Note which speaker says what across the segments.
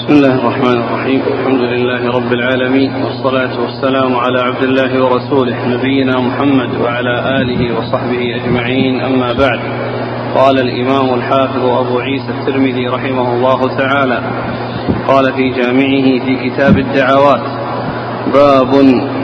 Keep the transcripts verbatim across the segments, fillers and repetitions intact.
Speaker 1: بسم الله الرحمن الرحيم. الحمد لله رب العالمين، والصلاة والسلام على عبد الله ورسوله نبينا محمد وعلى آله وصحبه أجمعين، أما بعد. قال الإمام الحافظ أبو عيسى الترمذي رحمه الله تعالى قال في جامعه في كتاب الدعوات: باب.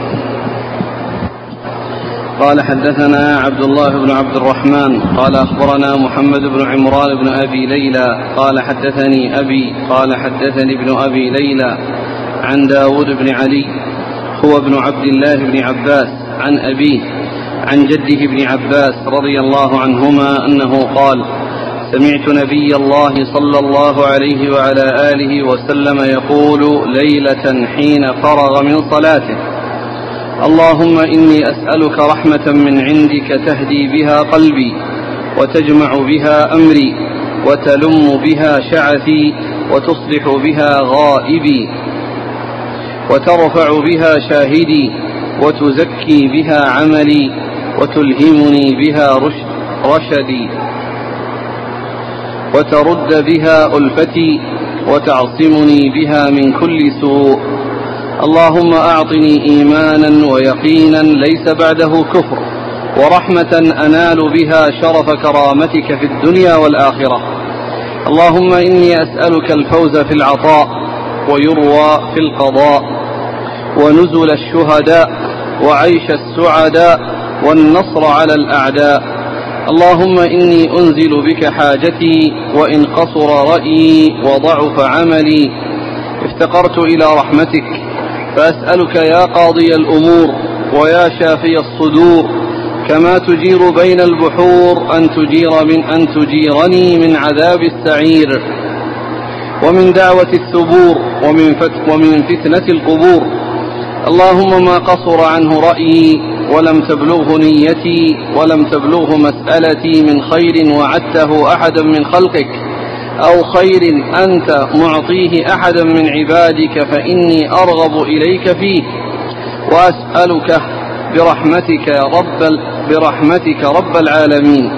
Speaker 1: قال حدثنا عبد الله بن عبد الرحمن قال أخبرنا محمد بن عمران بن أبي ليلى قال حدثني أبي قال حدثني ابن أبي ليلى عن داود بن علي هو ابن عبد الله بن عباس عن أبيه عن جده ابن عباس رضي الله عنهما أنه قال: سمعت نبي الله صلى الله عليه وعلى آله وسلم يقول ليلة حين فرغ من صلاته: اللهم إني أسألك رحمة من عندك تهدي بها قلبي، وتجمع بها أمري، وتلم بها شعثي، وتصلح بها غائبي، وترفع بها شاهدي، وتزكي بها عملي، وتلهمني بها رشد رشدي، وترد بها ألفتي، وتعصمني بها من كل سوء. اللهم أعطني إيمانا ويقينا ليس بعده كفر، ورحمة أنال بها شرف كرامتك في الدنيا والآخرة. اللهم إني أسألك الفوز في العطاء، ويروى في القضاء، ونزل الشهداء، وعيش السعداء، والنصر على الأعداء. اللهم إني أنزل بك حاجتي، وإن قصر رأيي وضعف عملي افتقرت إلى رحمتك، فأسألك يا قاضي الأمور ويا شافي الصدور، كما تجير بين البحور، أن تجير من أن تجيرني من عذاب السعير، ومن دعوة الثبور، ومن, ومن فتنة القبور. اللهم ما قصر عنه رأيي، ولم تبلغه نيتي، ولم تبلغه مسألتي من خير وعدته أحدا من خلقك، أو خير أنت معطيه أحدا من عبادك، فإني أرغب إليك فيه، وأسألك برحمتك رب, برحمتك رب العالمين.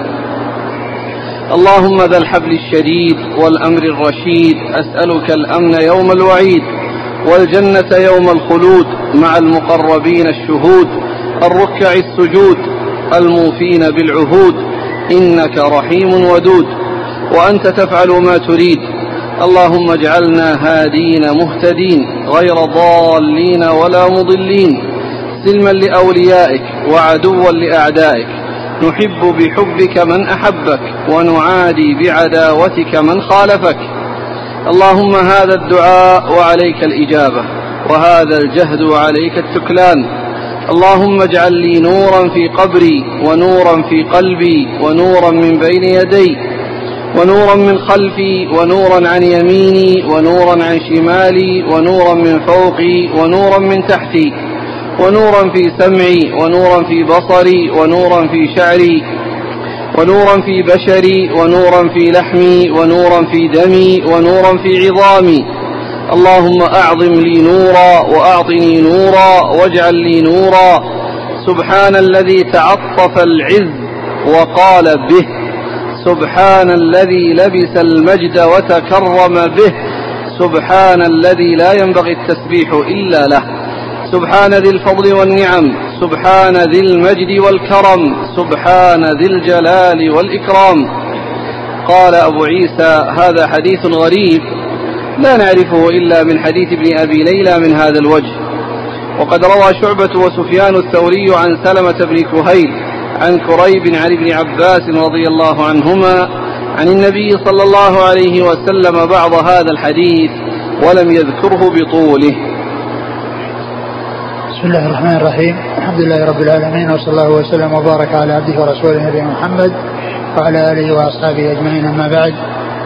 Speaker 1: اللهم ذا الحبل الشديد والأمر الرشيد، أسألك الأمن يوم الوعيد، والجنة يوم الخلود، مع المقربين الشهود، الركع السجود، الموفين بالعهود، إنك رحيم ودود، وأنت تفعل ما تريد. اللهم اجعلنا هادين مهتدين غير ضالين ولا مضلين، سلما لأوليائك وعدوا لأعدائك، نحب بحبك من أحبك، ونعادي بعداوتك من خالفك. اللهم هذا الدعاء وعليك الإجابة، وهذا الجهد وعليك التكلان. اللهم اجعل لي نورا في قبري، ونورا في قلبي، ونورا من بين يدي، ونورا من خلفي، ونورا عن يميني، ونورا عن شمالي، ونورا من فوقي، ونورا من تحتي، ونورا في سمعي، ونورا في بصري، ونورا في شعري، ونورا في بشري، ونورا في لحمي، ونورا في دمي، ونورا في عظامي. اللهم أعظم لي نورا، وأعطني نورا، واجعل لي نورا. سبحان الذي تعطف العز وقال به، سبحان الذي لبس المجد وتكرم به، سبحان الذي لا ينبغي التسبيح إلا له، سبحان ذي الفضل والنعم، سبحان ذي المجد والكرم، سبحان ذي الجلال والإكرام. قال أبو عيسى: هذا حديث غريب لا نعرفه إلا من حديث ابن أبي ليلى من هذا الوجه. وقد روى شعبة وسفيان الثوري عن سلمة بن كهيل عن كريب عن ابن عباس رضي الله عنهما عن النبي صلى الله عليه وسلم بعض هذا الحديث، ولم يذكره بطوله.
Speaker 2: بسم الله الرحمن الرحيم. الحمد لله رب العالمين، وصلى الله وسلم وبارك على عبده ورسوله نبينا محمد وعلى آله وأصحابه أجمعين، أما بعد.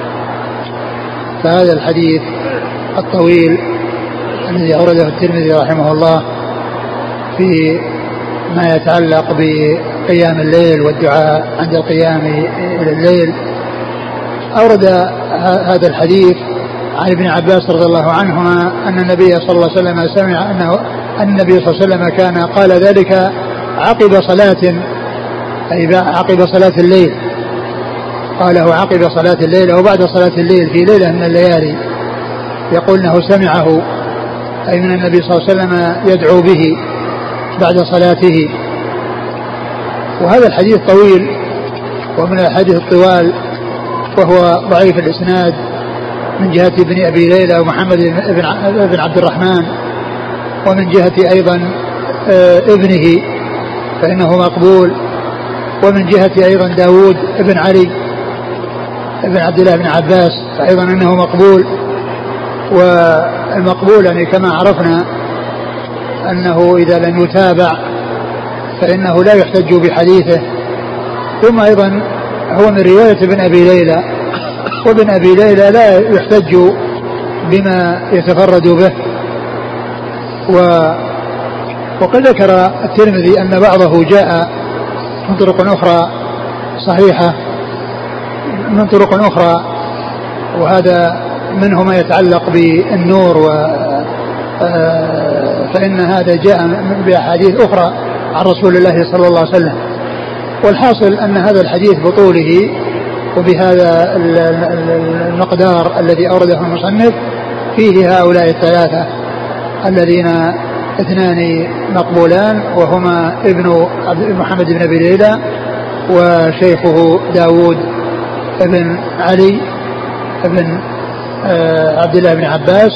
Speaker 2: فهذا الحديث الطويل الذي أورده الترمذي رحمه الله في ما يتعلق بقيام الليل والدعاء عند القيام إلى الليل، أورد هذا الحديث عن ابن عباس رضي الله عنهما أن النبي صلى الله عليه وسلم سمع أنه أن النبي صلى الله عليه وسلم كان قال ذلك عقب صلاة، أي عقب صلاة الليل، قاله عقب صلاة الليل أو بعد صلاة الليل في ليلة من الليالي، يقول أنه سمعه أي من النبي صلى الله عليه وسلم يدعو به بعد صلاته. وهذا الحديث طويل ومن الحديث الطوال، وهو ضعيف الإسناد من جهة ابن أبي ليلى ومحمد بن عبد الرحمن، ومن جهة أيضا ابنه فإنه مقبول، ومن جهة أيضا داود بن علي بن عبد الله بن عباس فأيضا أنه مقبول. والمقبول يعني كما عرفنا أنه إذا لم يتابع فإنه لا يحتج بحديثه. ثم أيضا هو من رواية ابن أبي ليلى، وابن أبي ليلى لا يحتج بما يتفرد به. و وقد ذكر الترمذي أن بعضه جاء من طرق أخرى صحيحة من طرق أخرى، وهذا منه ما يتعلق بالنور، و فإن هذا جاء بأحاديث أخرى عن رسول الله صلى الله عليه وسلم. والحاصل أن هذا الحديث بطوله وبهذا المقدار الذي أورده المصنف فيه هؤلاء الثلاثة الذين اثنان مقبولان، وهما ابن محمد بن أبي ليلى وشيخه داود بن علي بن عبد الله بن عباس.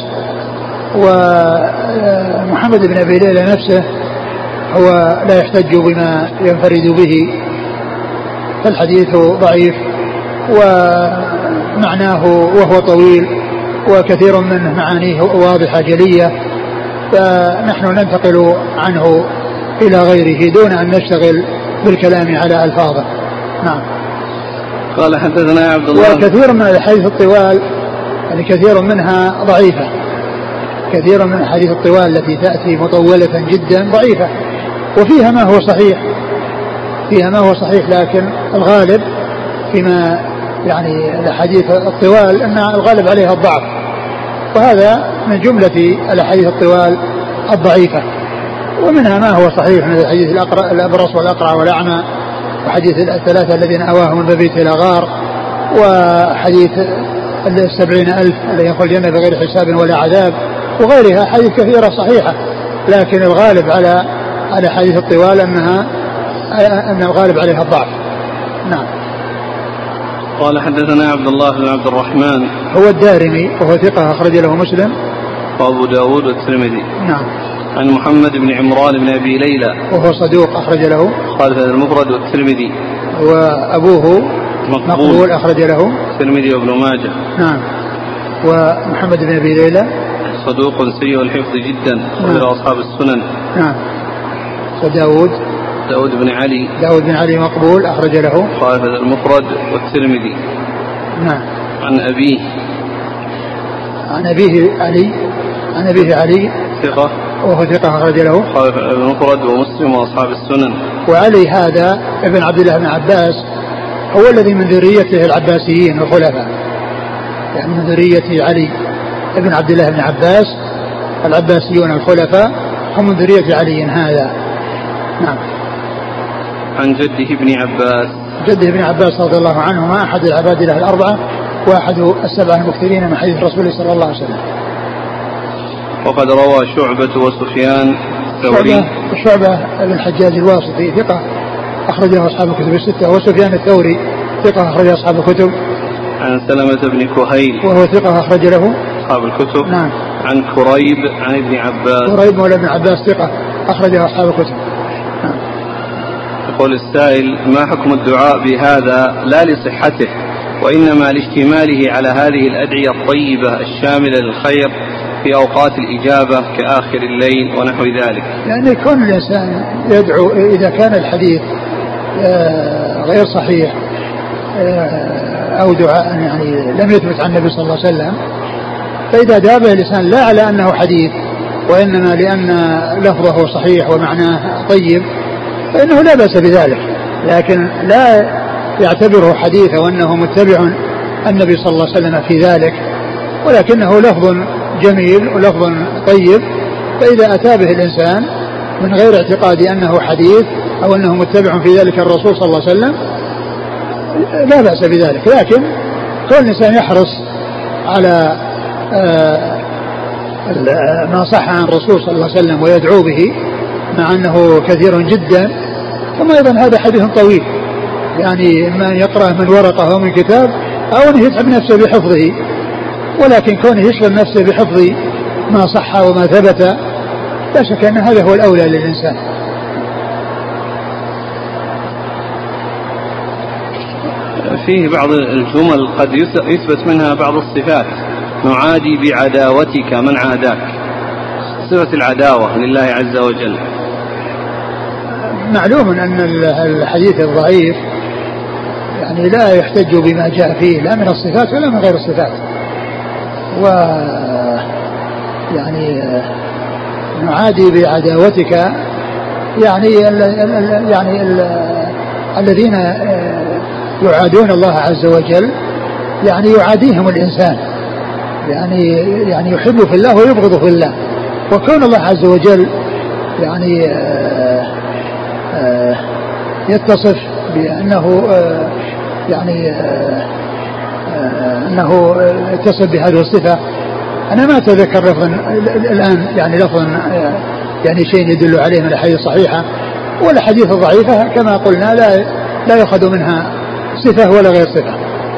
Speaker 2: ومحمد بن أبي ليلى نفسه هو لا يحتج بما ينفرد به، فالحديث ضعيف ومعناه وهو طويل وكثير منه معانيه واضحة جلية، فنحن ننتقل عنه إلى غيره دون أن نشتغل بالكلام على ألفاظه. نعم.
Speaker 1: قال حدثنا عبد الله.
Speaker 2: وكثير من الحديث الطوال يعني كثير منها ضعيفة، كثير من الحديث الطوال التي تأتي مطولة جدا ضعيفة، وفيها ما هو صحيح فيها ما هو صحيح لكن الغالب فيما يعني الحديث الطوال أن الغالب عليها الضعف، وهذا من جملة الحديث الطوال الضعيفة. ومنها ما هو صحيح من الحديث الأبرص والأقرع والأعمى، وحديث الثلاثة الذين أواهم من بيت إلى غار، وحديث السبعين ألف الذي يدخل الجنة بغير حساب ولا عذاب، وغيرها حديث كثيرة صحيحة، لكن الغالب على على حديث الطوال أنها أن الغالب عليها الضعف. نعم.
Speaker 1: قال حدثنا عبد الله بن عبد الرحمن
Speaker 2: هو الدارمي وهو ثقة أخرج له مسلم
Speaker 1: وأبو داود والترمذي.
Speaker 2: نعم.
Speaker 1: عن محمد بن عمران بن أبي ليلى
Speaker 2: وهو صدوق أخرج له
Speaker 1: خالف المفرد والترمذي،
Speaker 2: وأبوه مقبول, مقبول أخرج له
Speaker 1: الترمذي وابن ماجه.
Speaker 2: نعم. ومحمد بن أبي ليلى
Speaker 1: صدوق سيء الحفظ جدا أخرج له أصحاب السنن.
Speaker 2: نعم. وداود
Speaker 1: داود بن علي
Speaker 2: داود بن علي مقبول أخرج له
Speaker 1: خالف المفرد والترمذي.
Speaker 2: نعم.
Speaker 1: عن أبيه
Speaker 2: عن أبيه علي عن أبيه علي
Speaker 1: ثقة
Speaker 2: وهو ثقة أخرج له
Speaker 1: خالف المفرد ومسلم وأصحاب السنن.
Speaker 2: وعلي هذا ابن عبد الله بن عباس هو الذي من ذريته العباسيين الخلفاء، يعني من ذرية علي ابن عبد الله بن عباس العباسيون الخلفاء هم من ذرية علي هذا. نعم.
Speaker 1: عن جده ابن عباس
Speaker 2: جده ابن عباس رضي الله عنهما أحد العباد له الأربعة وأحد السبعة المكثرين من حديث رسول صلى الله عليه وسلم.
Speaker 1: وقد روى شعبة وسفيان الثوري
Speaker 2: شعبة, شعبة بن الحجاج الواسطي ثقة أخرجه أصحاب الكتب الستة، وسفيان الثوري ثقة أخرجه أصحاب الكتب.
Speaker 1: عن سلمة بن كهيل
Speaker 2: وهو ثقة أخرج له
Speaker 1: أصحاب الكتب.
Speaker 2: نعم.
Speaker 1: عن كريب عن ابن عباس
Speaker 2: كريب مولى ابن عباس ثقة أخرجه أصحاب الكتب. نعم.
Speaker 1: يقول السائل: ما حكم الدعاء بهذا لا لصحته وإنما لاشتماله على هذه الأدعية الطيبة الشاملة للخير في أوقات الإجابة كآخر الليل ونحو ذلك؟
Speaker 2: يعني كون الإنسان يدعو إذا كان الحديث غير صحيح أو دعاء يعني لم يثبت عن النبي صلى الله عليه وسلم، فإذا دابه الإنسان لا على أنه حديث وإنما لأن لفظه صحيح ومعناه طيب فإنه لا بأس بذلك، لكن لا يعتبره حديثا وأنه متبع النبي صلى الله عليه وسلم في ذلك، ولكنه لفظ جميل ولفظ طيب، فإذا أتى به الإنسان من غير اعتقاد أنه حديث أو أنه متبع في ذلك الرسول صلى الله عليه وسلم لا بأس بذلك. لكن كل إنسان يحرص على ما صح عن الرسول صلى الله عليه وسلم ويدعو به مع أنه كثير جدا. ثم أيضا هذا حديث طويل، يعني إما أن يقرأ من ورقة أو من كتاب أو أن يتعب نفسه بحفظه، ولكن كونه يشغل نفسه بحفظ ما صح وما ثبت لا شك أن هذا هو الأولى للإنسان.
Speaker 1: فيه بعض الجمل قد يثبت منها بعض الصفات، نعادي بعداوتك من عاداك، صفة العداوة لله عز وجل.
Speaker 2: معلوم أن الحديث الضعيف يعني لا يحتج بما جاء فيه لا من الصفات ولا من غير الصفات، و يعني نعادي بعداوتك يعني ال ال يعني ال الذين يعادون الله عز وجل يعني يعاديهم الإنسان، يعني يعني يحب في الله ويبغض في الله. وكون الله عز وجل يعني آآ آآ يتصف بأنه يعني آآ أنه يتصف بهذه الصفة، أنا ما أتذكر لفظا الآن يعني لفظا يعني شيء يدل عليه من الحديث الصحيحة ولا حديث ضعيفة، كما قلنا لا لا يأخذ منها صفة ولا غير صفة.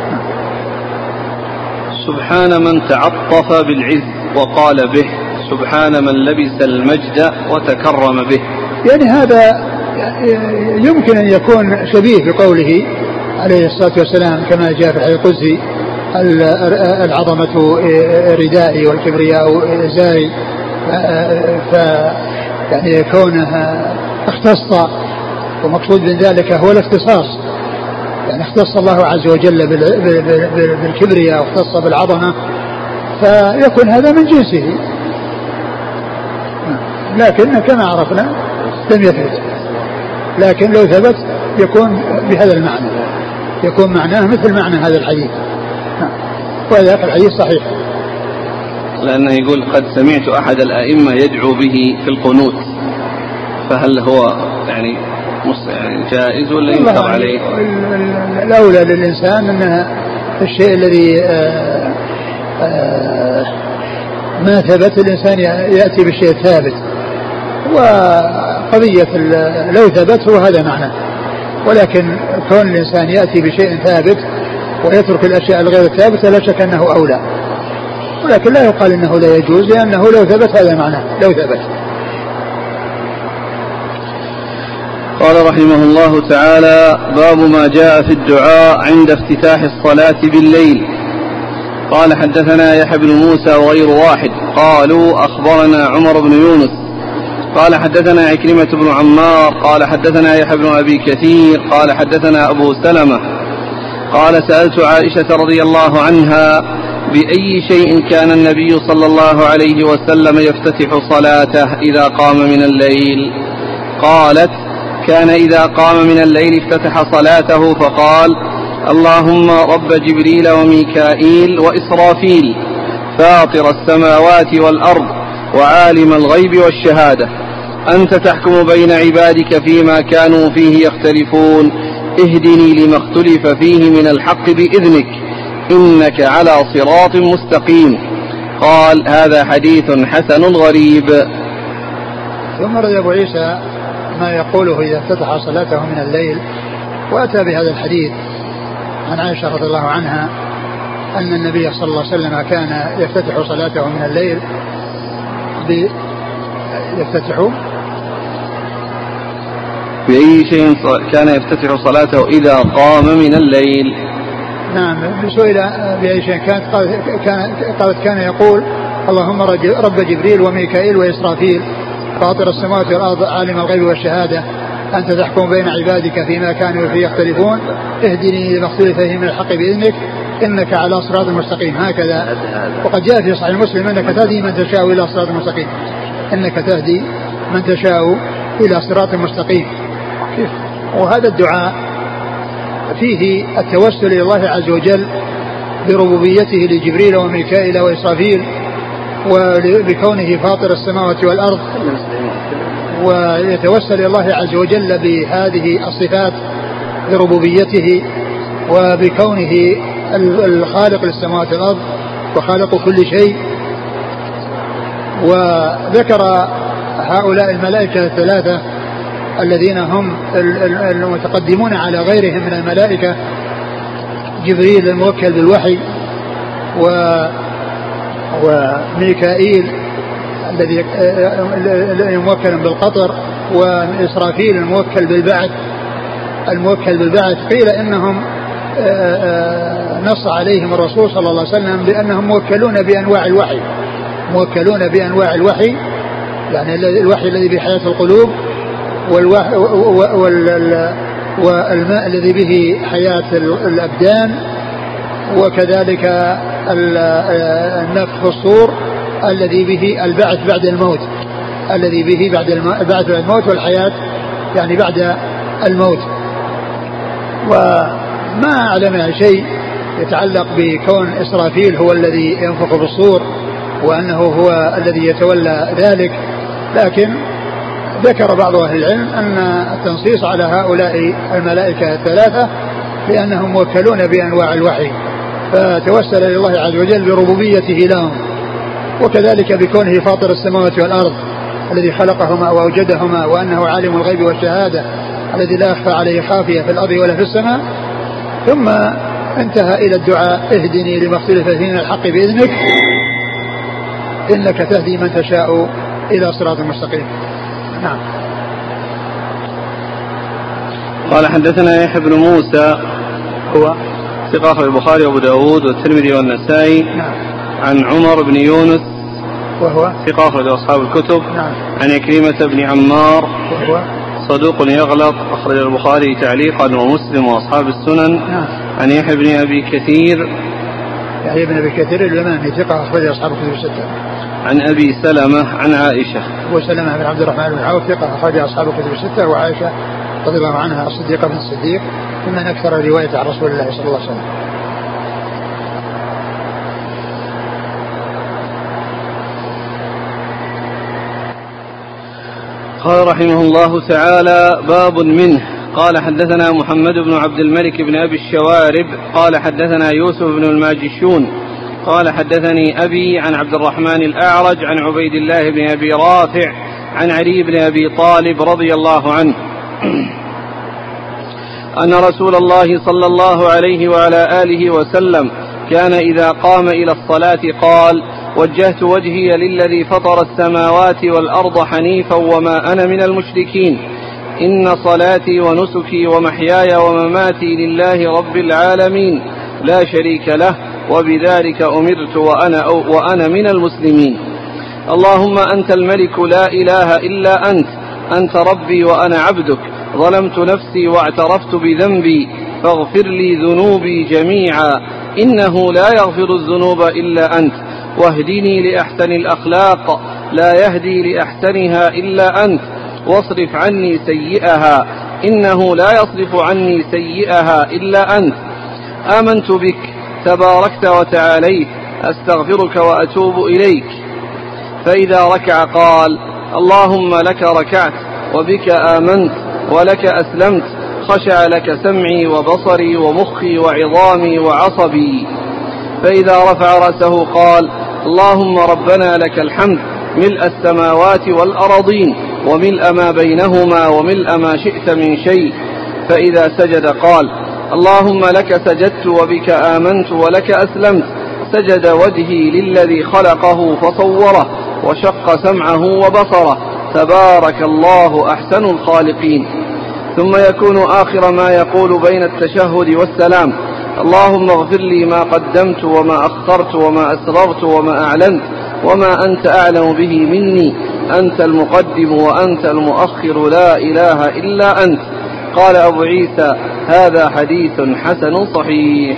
Speaker 1: سبحان من تعطف بالعز وقال به، سبحان من لبس المجد وتكرم به.
Speaker 2: يعني هذا يمكن أن يكون شبيه بقوله عليه الصلاة والسلام كما جاء في الحديث القدسي: العظمة ردائي والكبرياء إزاري. ف يعني كونها اختص، ومقصود من ذلك هو الاختصاص، يعني اختص الله عز وجل بالكبرياء واختص بالعظمة، فيكون هذا من جنسه، لكن كما عرفنا لم يثبت، لكن لو ثبت يكون بهذا المعنى، يكون معناه مثل معنى هذا الحديث، وهذا الحديث صحيح.
Speaker 1: لأنه يقول: قد سمعت أحد الأئمة يدعو به في القنوت، فهل هو يعني يعني جائز ولا ينكر عليه؟
Speaker 2: الأولى للإنسان أن الشيء الذي آآ آآ ما ثبت الإنسان يأتي بالشيء الثابت، وقضية لو ثبت هو هذا معنى، ولكن كون الإنسان يأتي بشيء ثابت ويترك الأشياء الغير الثابتة لا شك أنه أولى، ولكن لا يقال أنه لا يجوز، لأنه لو ثبت هذا معنى لو ثبت.
Speaker 1: قال رحمه الله تعالى: باب ما جاء في الدعاء عند افتتاح الصلاة بالليل. قال: حدثنا يحيى بن موسى وغير واحد قالوا أخبرنا عمر بن يونس قال حدثنا عكرمة بن عمار قال حدثنا يحيى بن أبي كثير قال حدثنا أبو سلمة قال: سألت عائشة رضي الله عنها: بأي شيء كان النبي صلى الله عليه وسلم يفتتح صلاته إذا قام من الليل؟ قالت: كان إذا قام من الليل افتتح صلاته فقال: اللهم رب جبريل وميكائيل وإسرافيل فاطر السماوات والأرض وعالم الغيب والشهادة، أنت تحكم بين عبادك فيما كانوا فيه يختلفون، اهدني لما اختلف فيه من الحق بإذنك، إنك على صراط مستقيم. قال: هذا حديث حسن غريب.
Speaker 2: ثم رد أبو عيسى ما يقوله إذا افتتح صلاته من الليل، وأتى بهذا الحديث عن عائشة رضي الله عنها أن النبي صلى الله عليه وسلم كان يفتتح صلاته من الليل ب... يفتتح
Speaker 1: بأي شيء كان يفتتح صلاته إذا قام من الليل.
Speaker 2: نعم، سئل بأي شيء كانت قالت كان يقول: اللهم رب جبريل وميكائيل وإسرافيل فاطر السماوات والأرض عالم الغيب والشهادة، أنت تحكم بين عبادك فيما كانوا فيه يختلفون، اهدني لما اختلف فيه من الحق بإذنك، إنك على صراط مستقيم. هكذا. وقد جاء في صحيح مسلم: إنك تهدي من تشاء إلى صراط مستقيم، إنك تهدي من تشاء إلى صراط مستقيم. وهذا الدعاء فيه التوسل إلى الله عز وجل بربوبيته لجبريل وميكائيل وإسرافيل وبكونه فاطر السماوات والأرض، ويتوسل إلى الله عز وجل بهذه الصفات بربوبيته وبكونه الخالق للسماوات والأرض وخالق كل شيء، وذكر هؤلاء الملائكة الثلاثة الذين هم المتقدمون على غيرهم من الملائكة: جبريل الموكل بالوحي، و وميكائيل الذي موكل بالقطر، وإسرافيل الموكل بالبعث الموكل بالبعث قيل إنهم نص عليهم الرسول صلى الله عليه وسلم بأنهم موكلون بأنواع الوحي موكلون بأنواع الوحي يعني الوحي الذي بحياة القلوب، والماء الذي به حياة الأبدان، وكذلك النفخ في الصور الذي به البعث بعد الموت الذي به بعد البعث بعد الموت والحياة يعني بعد الموت. وما أعلم شيء يتعلق بكون إسرافيل هو الذي ينفخ في الصور وأنه هو الذي يتولى ذلك، لكن ذكر بعض أهل العلم أن التنصيص على هؤلاء الملائكة الثلاثة لأنهم موكلون بأنواع الوحي، فتوسل إلى الله عز وجل بربوبيته لهم، وكذلك بكونه فاطر السماوات والأرض الذي خلقهما وأوجدهما، وأنه عالم الغيب والشهادة الذي لا يخفى عليه خافية في الأرض ولا في السماء. ثم انتهى إلى الدعاء: اهدني لما اختلف فيه من الحق بإذنك إنك تهدي من تشاء إلى صراط مستقيم. نعم.
Speaker 1: قال حدثنا يحيى بن موسى
Speaker 2: هو
Speaker 1: ثقة أخرج البخاري وأبو داود والترمذي والنسائي.
Speaker 2: نعم.
Speaker 1: عن عمر بن يونس
Speaker 2: وهو
Speaker 1: ثقة أخرج أصحاب الكتب.
Speaker 2: نعم.
Speaker 1: عن عكرمة بن عمار
Speaker 2: وهو
Speaker 1: صدوق يغلط أخرج البخاري تعليقا ومسلم وأصحاب السنن.
Speaker 2: نعم.
Speaker 1: عن يحيى بن أبي كثير
Speaker 2: يحيى بن أبي كثير اليماني ثقة أخرج أصحاب الكتب الستة.
Speaker 1: عن أبي سلمة عن عائشة
Speaker 2: وسلمة بن عبد الرحمن بن عوف ثقة أخرج أصحاب الكتب الستة، وعائشة رضي الله عنها الصديقة بن الصديق ممن أكثر رواية عن رسول الله صلى الله عليه وسلم.
Speaker 1: قال رحمه الله تعالى: باب منه. قال حدثنا محمد بن عبد الملك بن أبي الشوارب قال حدثنا يوسف بن الماجشون قال حدثني أبي عن عبد الرحمن الأعرج عن عبيد الله بن أبي رافع عن علي بن أبي طالب رضي الله عنه أن رسول الله صلى الله عليه وعلى آله وسلم كان إذا قام إلى الصلاة قال: وجهت وجهي للذي فطر السماوات والأرض حنيفا وما أنا من المشركين، إن صلاتي ونسكي ومحياي ومماتي لله رب العالمين لا شريك له وبذلك أمرت وأنا, وأنا من المسلمين. اللهم أنت الملك لا إله إلا أنت، أنت ربي وأنا عبدك، ظلمت نفسي واعترفت بذنبي فاغفر لي ذنوبي جميعا إنه لا يغفر الذنوب إلا أنت، واهدني لأحسن الأخلاق لا يهدي لأحسنها إلا أنت، واصرف عني سيئها إنه لا يصرف عني سيئها إلا أنت. آمنت بك تباركت وتعاليت، أستغفرك وأتوب إليك. فإذا ركع قال: اللهم لك ركعت وبك آمنت ولك أسلمت، خشع لك سمعي وبصري ومخي وعظامي وعصبي. فإذا رفع رأسه قال: اللهم ربنا لك الحمد ملء السماوات والأرضين وملء ما بينهما وملء ما شئت من شيء. فإذا سجد قال: اللهم لك سجدت وبك آمنت ولك أسلمت، سجد وجهي للذي خلقه فصوره وشق سمعه وبصره، تبارك الله أحسن الخالقين. ثم يكون آخر ما يقول بين التشهد والسلام: اللهم اغفر لي ما قدمت وما أخرت وما أسررت وما أعلنت وما أنت أعلم به مني، أنت المقدم وأنت المؤخر لا إله إلا أنت. قال أبو عيسى: هذا حديث حسن صحيح.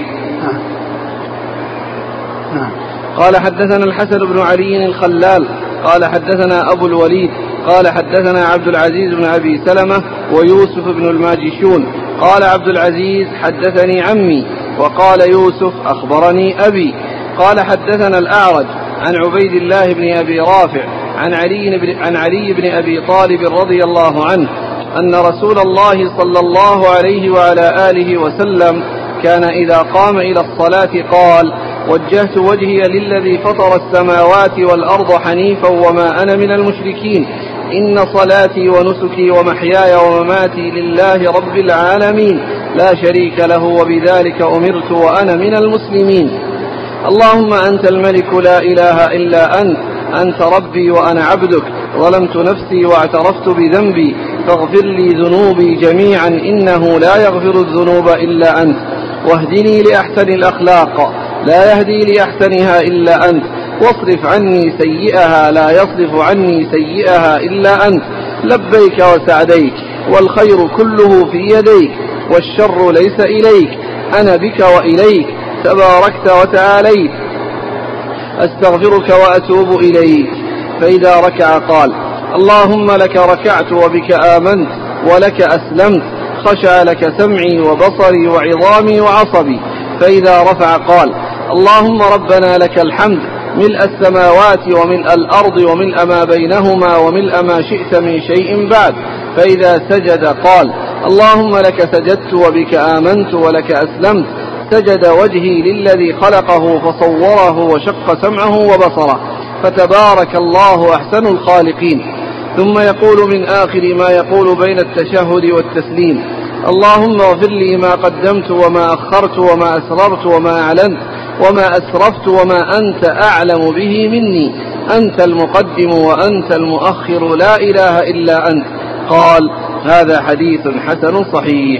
Speaker 1: قال حدثنا الحسن بن علي الخلال قال حدثنا أبو الوليد قال حدثنا عبد العزيز بن أبي سلمة ويوسف بن الماجشون. قال عبد العزيز: حدثني عمي. وقال يوسف: أخبرني أبي. قال حدثنا الأعرج عن عبيد الله بن أبي رافع عن علي بن, عن علي بن أبي طالب رضي الله عنه أن رسول الله صلى الله عليه وعلى آله وسلم كان إذا قام إلى الصلاة قال: وجهت وجهي للذي فطر السماوات والأرض حنيفا وما أنا من المشركين إن صلاتي ونسكي ومحياي ومماتي لله رب العالمين لا شريك له وبذلك أمرت وأنا من المسلمين. اللهم أنت الملك لا إله إلا أنت أنت ربي وأنا عبدك ظلمت نفسي واعترفت بذنبي فاغفر لي ذنوبي جميعا إنه لا يغفر الذنوب إلا أنت واهدني لأحسن الأخلاق لا يهدي لأحسنها إلا أنت واصرف عني سيئها لا يصرف عني سيئها إلا أنت لبيك وسعديك والخير كله في يديك والشر ليس إليك أنا بك وإليك تباركت وتعاليت أستغفرك وأتوب إليك. فإذا ركع قال اللهم لك ركعت وبك آمنت ولك أسلمت خشع لك سمعي وبصري وعظامي وعصبي. فإذا رفع قال اللهم ربنا لك الحمد ملء السماوات وملء الأرض وملء ما بينهما وملء ما شئت من شيء بعد. فإذا سجد قال اللهم لك سجدت وبك آمنت ولك أسلمت سجد وجهي للذي خلقه فصوره وشق سمعه وبصره فتبارك الله أحسن الخالقين. ثم يقول من آخر ما يقول بين التشهد والتسليم اللهم اغفر لي ما قدمت وما أخرت وما أسررت وما أعلنت وما أسرفت وما أنت أعلم به مني أنت المقدم وأنت المؤخر لا إله إلا أنت. قال هذا حديث حسن صحيح.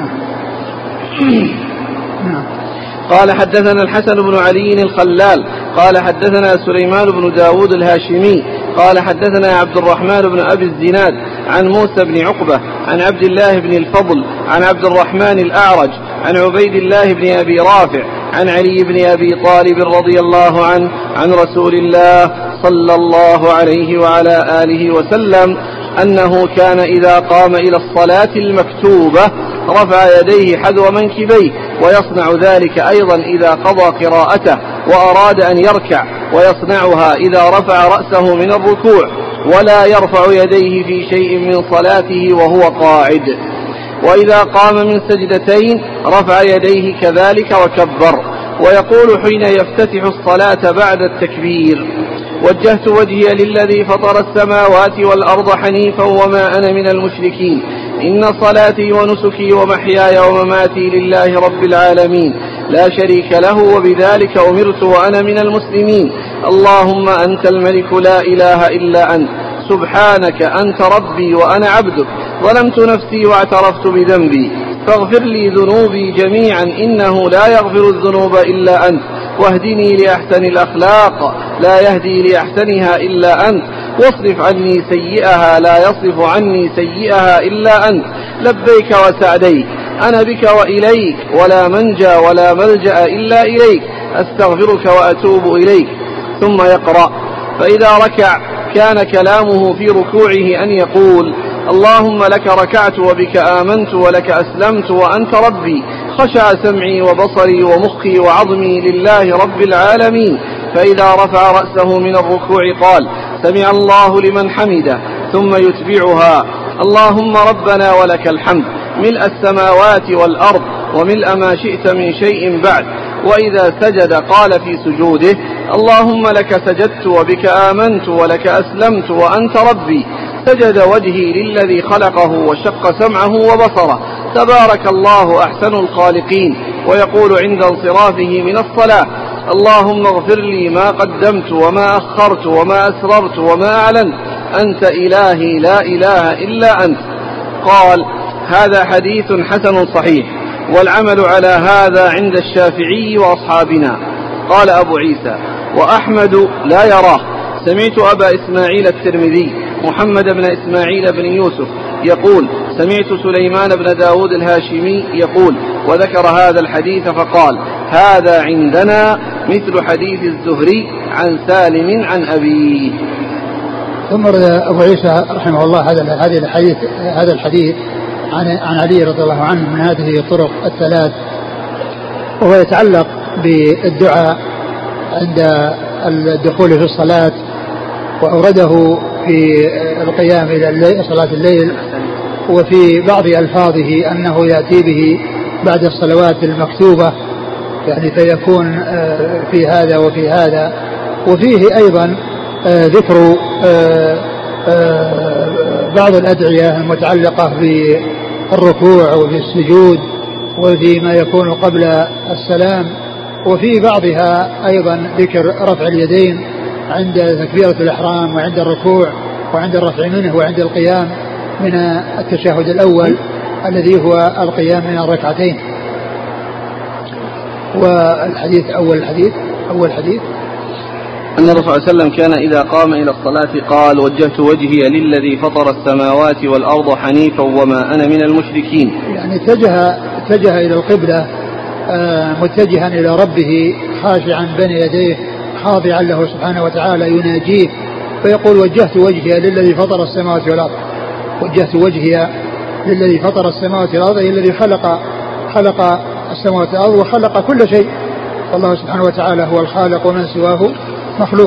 Speaker 1: قال حدثنا الحسن بن علي الخلال قال حدثنا سليمان بن داود الهاشمي قال حدثنا عبد الرحمن بن أبي الزناد عن موسى بن عقبة عن عبد الله بن الفضل عن عبد الرحمن الأعرج عن عبيد الله بن أبي رافع عن علي بن أبي طالب رضي الله عنه عن رسول الله صلى الله عليه وعلى آله وسلم أنه كان إذا قام إلى الصلاة المكتوبة رفع يديه حذو منكبيه ويصنع ذلك أيضا إذا قضى قراءته وأراد أن يركع ويصنعها إذا رفع رأسه من الركوع ولا يرفع يديه في شيء من صلاته وهو قاعد. وإذا قام من سجدتين رفع يديه كذلك وكبر ويقول حين يفتتح الصلاة بعد التكبير وجهت وجهي للذي فطر السماوات والأرض حنيفا وما أنا من المشركين إن صلاتي ونسكي ومحياي ومماتي لله رب العالمين لا شريك له وبذلك أمرت وأنا من المسلمين. اللهم أنت الملك لا إله إلا أنت سبحانك أنت ربي وأنا عبدك ظلمت نفسي واعترفت بذنبي فاغفر لي ذنوبي جميعا إنه لا يغفر الذنوب إلا أنت واهدني لأحسن الأخلاق لا يهدي لأحسنها إلا أنت واصرف عني سيئها لا يصرف عني سيئها إلا أنت لبيك وسعديك أنا بك وإليك ولا منجى ولا ملجأ إلا إليك أستغفرك وأتوب إليك. ثم يقرأ. فإذا ركع كان كلامه في ركوعه أن يقول اللهم لك ركعت وبك آمنت ولك أسلمت وأنت ربي خشع سمعي وبصري ومخي وعظمي لله رب العالمين. فإذا رفع رأسه من الركوع قال سمع الله لمن حمده ثم يتبعها اللهم ربنا ولك الحمد ملء السماوات والأرض وملء ما شئت من شيء بعد. وإذا سجد قال في سجوده اللهم لك سجدت وبك آمنت ولك أسلمت وأنت ربي سجد وجهي للذي خلقه وشق سمعه وبصره تبارك الله أحسن الخالقين. ويقول عند انصرافه من الصلاة اللهم اغفر لي ما قدمت وما أخرت وما أسررت وما أعلنت أنت إلهي لا إله إلا أنت. قال هذا حديث حسن صحيح والعمل على هذا عند الشافعي وأصحابنا. قال أبو عيسى وأحمد لا يراه. سمعت أبا إسماعيل الترمذي محمد بن إسماعيل بن يوسف يقول سمعت سليمان بن داود الهاشمي يقول وذكر هذا الحديث فقال هذا عندنا مثل حديث الزهري عن سالم عن أبيه.
Speaker 2: ثم أبو عيسى رحمه الله هذا هذا الحديث هذا الحديث عن عن علي رضي الله عنه من هذه الطرق الثلاث وهو يتعلق بالدعاء عند الدخول في الصلاة وأورده في القيام إلى الليل صلاة الليل وفي بعض ألفاظه أنه يأتي به بعد الصلوات المكتوبة يعني فيكون في هذا وفي هذا. وفيه أيضا ذكر بعض الأدعية المتعلقة بالركوع وبالسجود وفيما يكون قبل السلام، وفي بعضها أيضا ذكر رفع اليدين عند تكبيرة الإحرام وعند الركوع وعند الرفع منه وعند القيام من التشهد الأول الذي هو القيام من الركعتين. والحديث أول الحديث أول حديث
Speaker 1: أن الرسول صلى الله عليه وسلم كان إذا قام إلى الصلاة قال وجهت وجهي للذي فطر السماوات والأرض حنيفا وما أنا من المشركين.
Speaker 2: يعني اتجه, اتجه إلى القبلة متجها إلى ربه خاشعا بين يديه خاضعا له سبحانه وتعالى يناجيه فيقول وجهت وجهي للذي فطر السماوات والأرض. وجهت وجهي للذي فطر السماوات والأرض الذي خلق خلق السماوات والأرض وخلق كل شيء، والله سبحانه وتعالى هو الخالق ومن سواه مخلوق.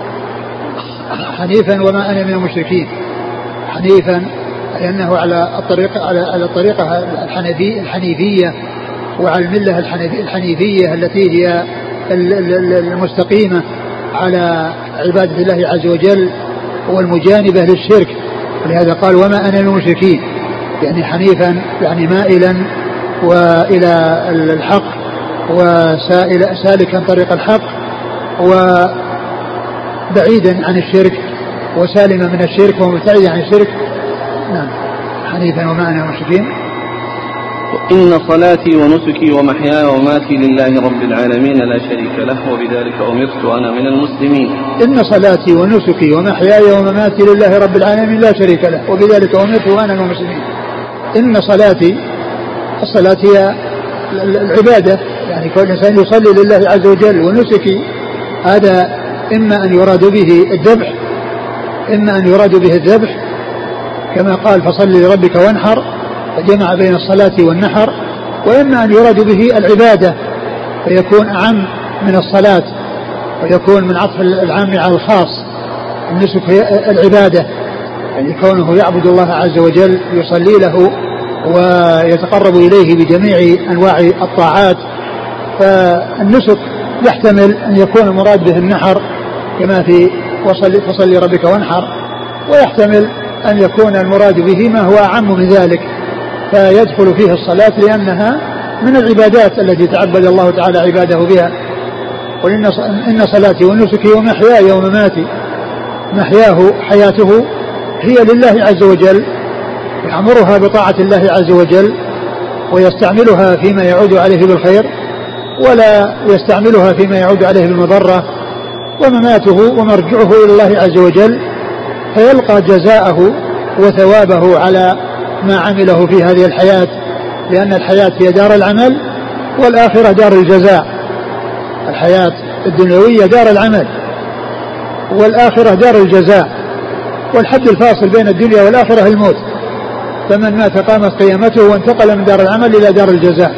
Speaker 2: حنيفا وما أنا من المشركين. حنيفا لأنه على الطريقة على الطريقة الحنفي الحنيفية وعلى الملة الحنيفية التي هي المستقيمة على عبادة الله عز وجل والمجانبة للشرك، ولهذا قال وما أنا من المشركين، يعني حنيفا يعني مائلا وإلى الحق وسالكا طريق الحق وبعيدا عن الشرك وسالما من الشرك ومبتعدا عن الشرك. نعم حنيفا وما أنا من المشركين.
Speaker 1: إن صلاتي ونسكي ومحياي ومماتي لله رب العالمين لا شريك له وبذلك أمرت وأنا من المسلمين.
Speaker 2: إن صلاتي ونسكي ومحياي ومماتي لله رب العالمين لا شريك له وبذلك أمرت وأنا من المسلمين. إن صلاتي، الصلاة هي العبادة، يعني كل إنسان يصلي لله عز وجل. ونسكي هذا إما أن يراد به الذبح إما أن يراد به الذبح كما قال فصل لربك وانحر فجمع بين الصلاة والنحر، وإما أن يراد به العبادة فيكون أعم من الصلاة ويكون من عطف العام على الخاص. النسك هي العبادة، يعني كونه يعبد الله عز وجل يصلي له ويتقرب إليه بجميع أنواع الطاعات. فالنسك يحتمل أن يكون المراد به النحر كما في فصل لربك وانحر، ويحتمل أن يكون المراد به ما هو أعم من ذلك فيدخل فيه الصلاة لأنها من العبادات التي تعبد الله تعالى عباده بها. قل إن صلاتي ونسكي ومحياي ومماتي، محياه حياته هي لله عز وجل، يأمرها بطاعة الله عز وجل ويستعملها فيما يعود عليه بالخير ولا يستعملها فيما يعود عليه بالمضرة. ومماته ومرجعه إلى الله عز وجل فيلقى جزاءه وثوابه على ما عمله في هذه الحياة، لأن الحياة هي دار العمل والآخرة دار الجزاء. الحياة الدنيوية دار العمل والآخرة دار الجزاء، والحد الفاصل بين الدنيا والآخرة الموت، فمن مات قامت قيامته وانتقل من دار العمل إلى دار الجزاء.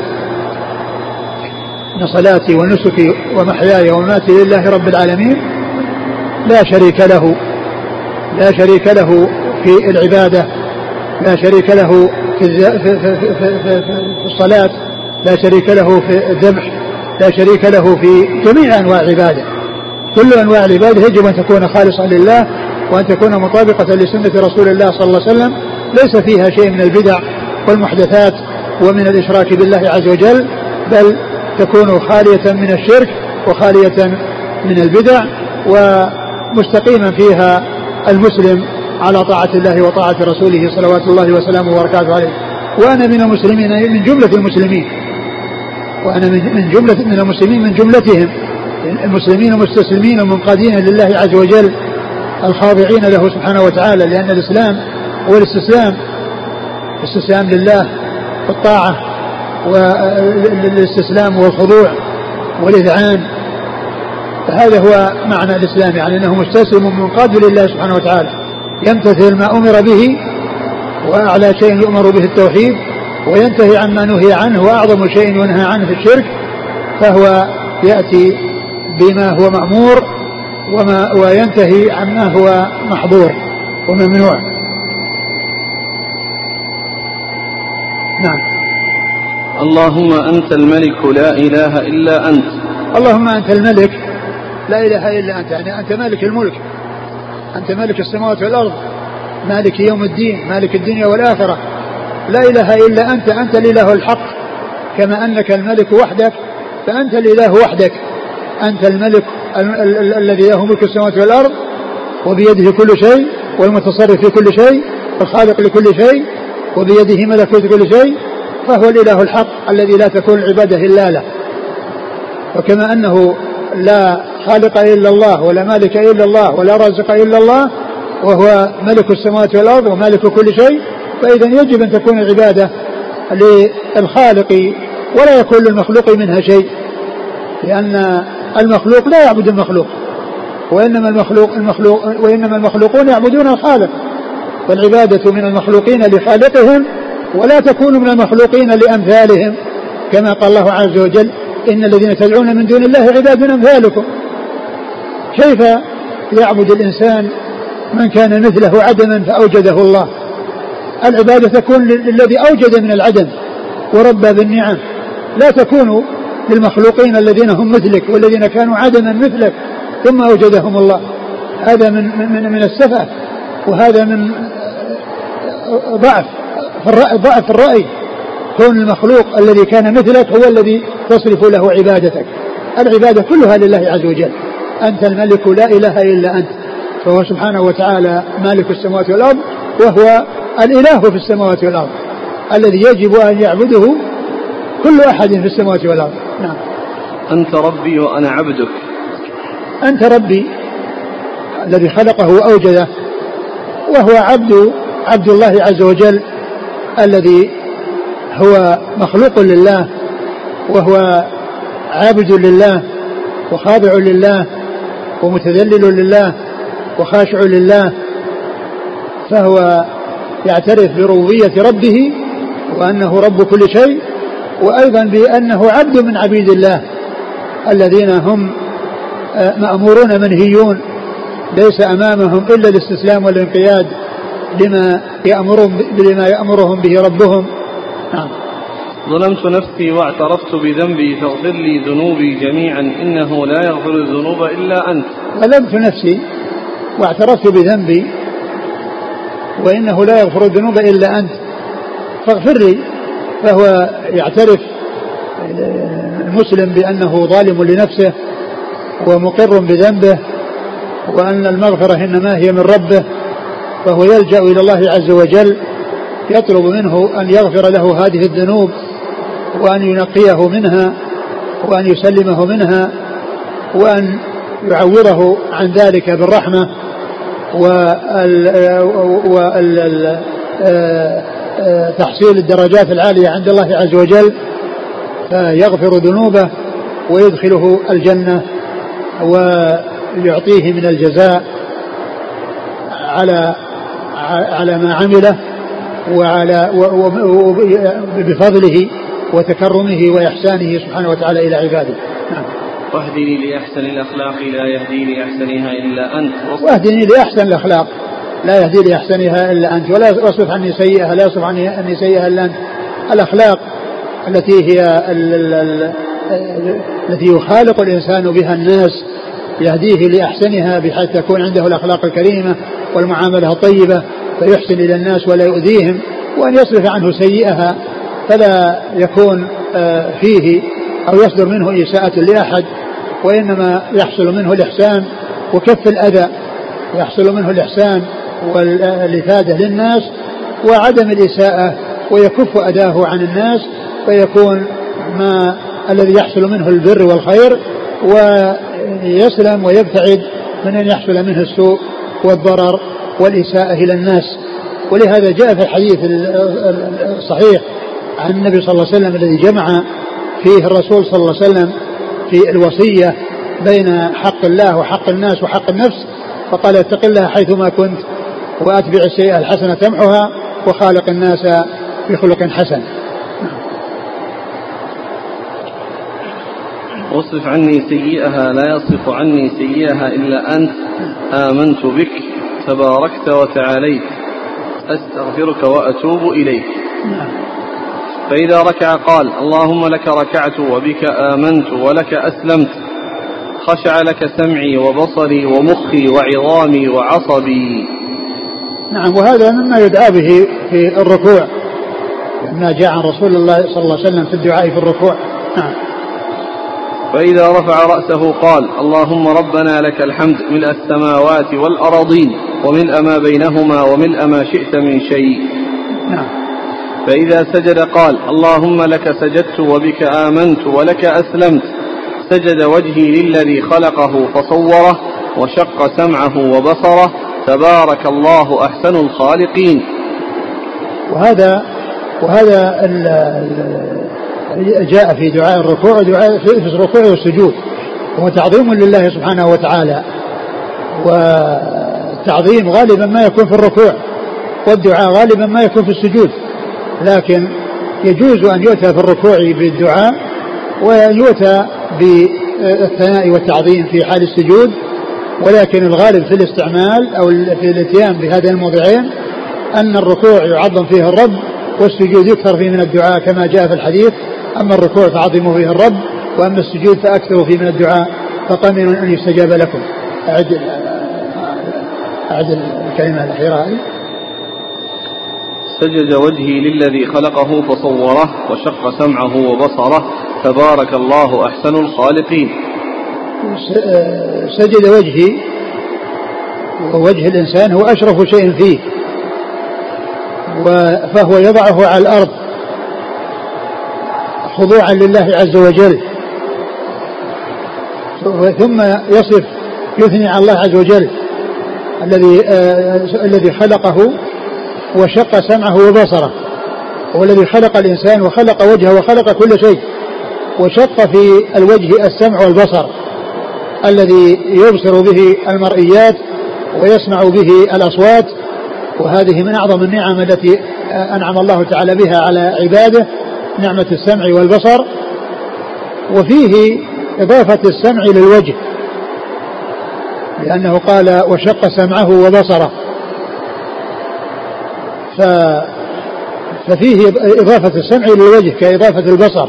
Speaker 2: إن صلاتي ونسكي ومحياي ومماتي لله رب العالمين لا شريك له لا شريك له في العبادة، لا شريك له في, في, في, في, في, في الصلاة، لا شريك له في الذبح، لا شريك له في جميع أنواع العبادة. كل أنواع العبادة يجب أن تكون خالصة لله وأن تكون مطابقة لسنة رسول الله صلى الله عليه وسلم، ليس فيها شيء من البدع والمحدثات ومن الإشراك بالله عز وجل، بل تكون خالية من الشرك وخالية من البدع ومستقيما فيها المسلم على طاعة الله وطاعة رسوله صلوات الله وسلامه وبركاته عليه. وأنا من المسلمين من جملة المسلمين وأنا من جملة من المسلمين من جملتهم، المسلمين المستسلمين المنقادين لله عز وجل الخاضعين له سبحانه وتعالى، لأن الإسلام هو الاستسلام، الاستسلام لله والطاعة والاستسلام والخضوع والإذعان. فهذا هو معنى الإسلام، يعني أنه مستسلم منقاد لله سبحانه وتعالى، يمتثل ما أمر به، وأعلى شيء يؤمر به التوحيد، وينتهي عما نهي عنه، وأعظم شيء ينهى عنه في الشرك، فهو يأتي بما هو مأمور وما وينتهي عما هو محظور وممنوع. نعم.
Speaker 1: اللهم أنت الملك لا إله إلا أنت.
Speaker 2: اللهم أنت الملك لا إله إلا أنت، يعني أنت مالك الملك، أنت مالك السماوات والأرض، مالك يوم الدين، مالك الدنيا والآخرة، لا إله إلا أنت، أنت الإله الحق. كما أنك الملك وحدك فأنت الإله وحدك، أنت الملك الذي له ملك السماوات والأرض وبيده كل شيء والمتصرف في كل شيء والخالق لكل شيء وبيده ملكوت كل شيء، فهو الإله الحق الذي لا تكون العبادة إلا له. وكما أنه لا خالق إلا الله ولا مالك إلا الله ولا رازق إلا الله وهو ملك السماوات والأرض ومالك كل شيء، فإذا يجب أن تكون العبادة للخالق ولا يكون للمخلوق منها شيء، لأن المخلوق لا يعبد المخلوق، وإنما المخلوق المخلوق وإنما المخلوقون يعبدون الخالق، والعبادة من المخلوقين لخالقهم ولا تكون من المخلوقين لأمثالهم، كما قال الله عز وجل إن الذين تدعون من دون الله عباد أمثالكم. كيف يعبد الإنسان من كان مثله عدما فأوجده الله؟ العبادة تكون للذي أوجد من العدم وربى بالنعم، لا تكون للمخلوقين الذين هم مثلك والذين كانوا عدما مثلك ثم أوجدهم الله. هذا من من من السفة، وهذا من ضعف ضعف الرأي. كون المخلوق الذي كان مثلك هو الذي تصرف له عبادتك. العبادة كلها لله عز وجل. أنت الملك لا إله إلا أنت، فهو سبحانه وتعالى مالك السماوات والأرض، وهو الإله في السماوات والأرض الذي يجب أن يعبده كل أحد في السماوات والأرض. نعم.
Speaker 1: أنت ربي وأنا عبدك.
Speaker 2: أنت ربي الذي خلقه وأوجده، وهو عبد عبد الله عز وجل الذي هو مخلوق لله، وهو عابد لله وخاضع لله ومتذلل لله وخاشع لله، فهو يعترف بربوبية ربه وأنه رب كل شيء، وأيضا بأنه عبد من عبيد الله الذين هم مأمورون منهيون، ليس أمامهم إلا الاستسلام والانقياد لما يأمرهم, لما يأمرهم به ربهم. نعم.
Speaker 1: ظلمت نفسي واعترفت بذنبي فاغفر لي ذنوبي جميعا إنه لا يغفر الذنوب إلا أنت.
Speaker 2: ظلمت نفسي واعترفت بذنبي وإنه لا يغفر الذنوب إلا أنت فاغفر لي. فهو يعترف المسلم بأنه ظالم لنفسه ومقر بذنبه، وأن المغفرة إنما هي من ربه، فهو يلجأ إلى الله عز وجل يطلب منه أن يغفر له هذه الذنوب وأن ينقيه منها وأن يسلمه منها وأن يعوضه عن ذلك بالرحمة وتحصيل الدرجات العالية عند الله عز وجل، فيغفر ذنوبه ويدخله الجنة ويعطيه من الجزاء على على ما عمله وعلى بفضله وتكرمه وإحسانه سبحانه وتعالى إلى عباده. نعم.
Speaker 1: واهدني لأحسن الأخلاق لا يهدي لأحسنها إلا أنت.
Speaker 2: واهدني لأحسن الأخلاق لا يهدي لأحسنها إلا أنت، ولا يصرف عني سيئها لا يصرف عني سيئها إلا أنت. الأخلاق التي هي التي يخالق الإنسان بها الناس يهديه لأحسنها بحيث تكون عنده الأخلاق الكريمة والمعاملة الطيبة فيحسن إلى الناس ولا يؤذيهم، وأن يصرف عنه سيئها فلا يكون فيه أو يصدر منه إساءة لأحد، وإنما يحصل منه الإحسان وكف الأذى، يحصل منه الإحسان والإفادة للناس وعدم الإساءة ويكف أذاه عن الناس، فيكون ما الذي يحصل منه البر والخير ويسلم ويبتعد من أن يحصل منه السوء والضرر والإساءة إلى الناس. ولهذا جاء في الحديث الصحيح عن النبي صلى الله عليه وسلم الذي جمع فيه الرسول صلى الله عليه وسلم في الوصية بين حق الله وحق الناس وحق النفس، فقال اتق الله حيثما كنت وأتبع السيئة الحسنة تمحها وخالق الناس بخلق حسن.
Speaker 1: واصرف عني سيئها لا يصرف عني سيئها إلا أنت آمنت بك تباركت وتعاليت أستغفرك وأتوب إليك. فإذا ركع قال اللهم لك ركعت وبك آمنت ولك أسلمت، خشع لك سمعي وبصري ومخي وعظامي وعصبي.
Speaker 2: نعم، وهذا مما يدعى به في الركوع، ما جاء عن رسول الله صلى الله عليه وسلم في الدعاء في الركوع. نعم.
Speaker 1: فإذا رفع رأسه قال اللهم ربنا لك الحمد ملء السماوات والأراضين وملء ما بينهما وملء ما شئت من شيء.
Speaker 2: نعم.
Speaker 1: فإذا سجد قال اللهم لك سجدت وبك آمنت ولك أسلمت، سجد وجهي للذي خلقه فصوره وشق سمعه وبصره، تبارك الله أحسن الخالقين.
Speaker 2: وهذا وهذا جاء في دعاء الركوع ودعاء في الركوع والسجود، وهو تعظيم لله سبحانه وتعالى، والتعظيم غالبا ما يكون في الركوع، والدعاء غالبا ما يكون في السجود، لكن يجوز أن يؤتى في الركوع بالدعاء ويؤتى بالثناء والتعظيم في حال السجود، ولكن الغالب في الاستعمال أو في الاتيان بهذين الموضعين أن الركوع يعظم فيه الرب والسجود يكثر فيه من الدعاء كما جاء في الحديث، أما الركوع فعظموا فيه الرب وأما السجود فأكثروا فيه من الدعاء فقمن أن يستجاب لكم. أعد أعد الكلمة الأخيرة.
Speaker 1: سجد وجهي للذي خلقه فصوره وشق سمعه وبصره، تبارك الله أحسن الخالقين.
Speaker 2: سجد وجهي، ووجه الإنسان هو أشرف شيء فيه، فهو يضعه على الأرض خضوعا لله عز وجل، ثم يصف يثني على الله عز وجل الذي آه الذي خلقه وشق سمعه وبصره، هو الذي خلق الإنسان وخلق وجهه وخلق كل شيء، وشق في الوجه السمع والبصر الذي يبصر به المرئيات ويسمع به الأصوات، وهذه من أعظم النعم التي أنعم الله تعالى بها على عباده، نعمة السمع والبصر. وفيه إضافة السمع للوجه، لأنه قال وشق سمعه وبصره، ففيه إضافة السمع للوجه كإضافة البصر.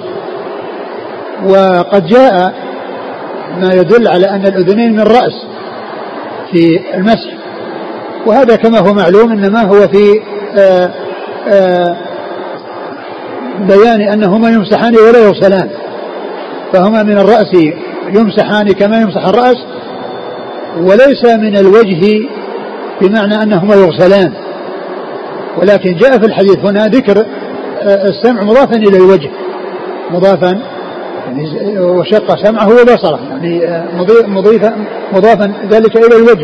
Speaker 2: وقد جاء ما يدل على أن الأذنين من رأس في المسح، وهذا كما هو معلوم إنما هو في آآ آآ بيان أنهما يمسحان ولا يغسلان، فهما من الرأس يمسحان كما يمسح الرأس، وليس من الوجه بمعنى أنهما يغسلان، ولكن جاء في الحديث هنا ذكر السمع مضافا إلى الوجه، مضافا يعني وشق سمعه وبصره، يعني مضيفا مضافا ذلك إلى الوجه.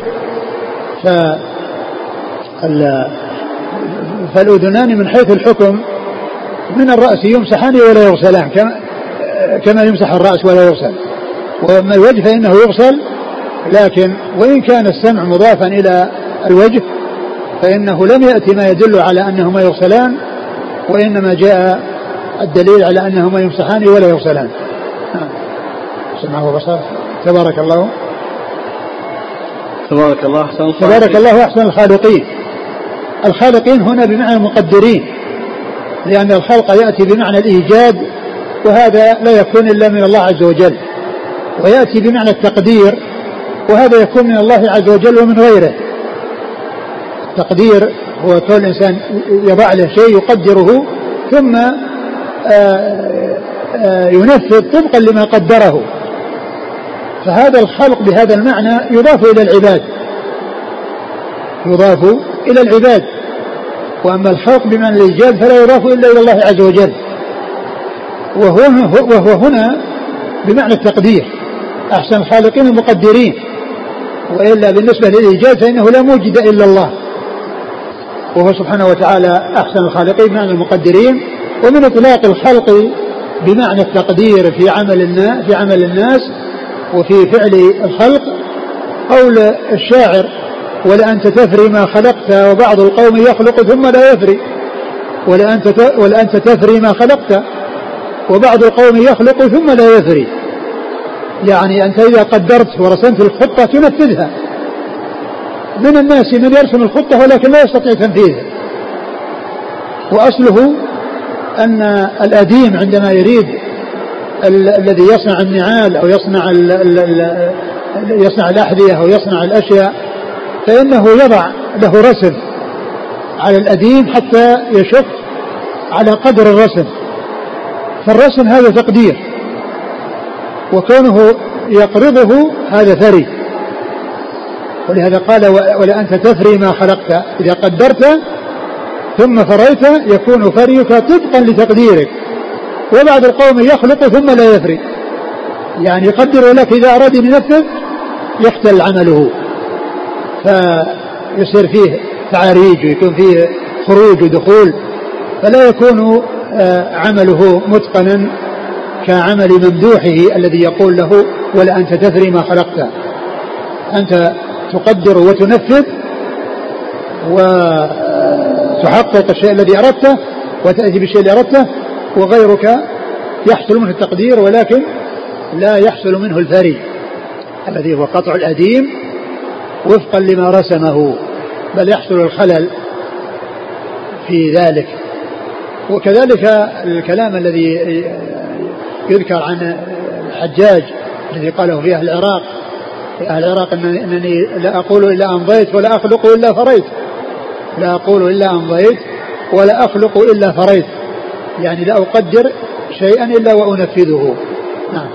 Speaker 2: فالأذنان من حيث الحكم من الرأس يمسحان ولا يغسلان كما كما يمسح الرأس ولا يغسل، وأما الوجه فإنه يغسل، لكن وإن كان السمع مضافا إلى الوجه فإنه لم يأتي ما يدل على أنهما يغسلان، وإنما جاء الدليل على أنهما يمسحان ولا يغسلان. سمعه وبصره. تبارك الله
Speaker 1: تبارك الله أحسن الخالقين.
Speaker 2: تبارك الله أحسن الخالقين. الخالقين هنا بمعنى المقدرين، لأن الخلق يأتي بمعنى الإيجاد، وهذا لا يكون إلا من الله عز وجل، ويأتي بمعنى التقدير، وهذا يكون من الله عز وجل ومن غيره. التقدير هو كل إنسان يضع له شيء يقدره ثم آآ آآ ينفذ طبقا لما قدره، فهذا الخلق بهذا المعنى يضاف إلى العباد، يضاف إلى العباد، وأما الخلق بمعنى الإيجاد فلا يضاف إلا إلى الله عز وجل، وهو, وهو هنا بمعنى التقدير، أحسن الخالقين المقدرين، وإلا بالنسبة للإيجاد فإنه لا موجد إلا الله، وهو سبحانه وتعالى أحسن الخالقين بمعنى المقدرين. ومن إطلاق الخلق بمعنى التقدير في عمل الناس في عمل الناس وفي فعل الخلق قول الشاعر ولأنت تفري ما خلقت وبعض القوم يخلق ثم لا يفري، ولأنت ولأنت تفري ما خلقت وبعض القوم يخلق ثم لا يفري، يعني أنت إذا قدرت ورسمت الخطة تنفذها. من الناس من يرسم الخطة ولكن لا يستطيع تنفيذها، وأصله أن الأديم عندما يريد ال- الذي يصنع النعال أو يصنع ال- ال- ال- يصنع الأحذية أو يصنع الأشياء فإنه يضع له رسم على الأديم حتى يشق على قدر الرسم، فالرسم هذا تقدير، وكونه يقرضه هذا ثري، ولهذا قال ولا أنت تثري ما خلقت، إذا قدرت ثم فريت يكون فريك طبقا لتقديرك. وبعض القوم يخلق ثم لا يفري، يعني يقدر لك إذا أراد أن ينفذ يختل عمله فيصير فيه تعاريج ويكون فيه خروج ودخول، فلا يكون عمله متقنا كعمل ممدوحه الذي يقول له ولا أنت تثري ما خلقت. أنت تقدر وتنفذ وتحقق الشيء الذي أردته وتأتي بالشيء الذي أردته، وغيرك يحصل منه التقدير ولكن لا يحصل منه الفري الذي هو قطع الأديم وفقا لما رسمه، بل يحصل الخلل في ذلك. وكذلك الكلام الذي يذكر عن الحجاج الذي قاله في أهل العراق في أهل العراق أنني لا أقول إلا أمضيت ولا أخلق إلا فريت، لا أقول إلا أمضيت ولا أخلق إلا فريت، يعني لا أقدر شيئا إلا وأنفذه. نعم.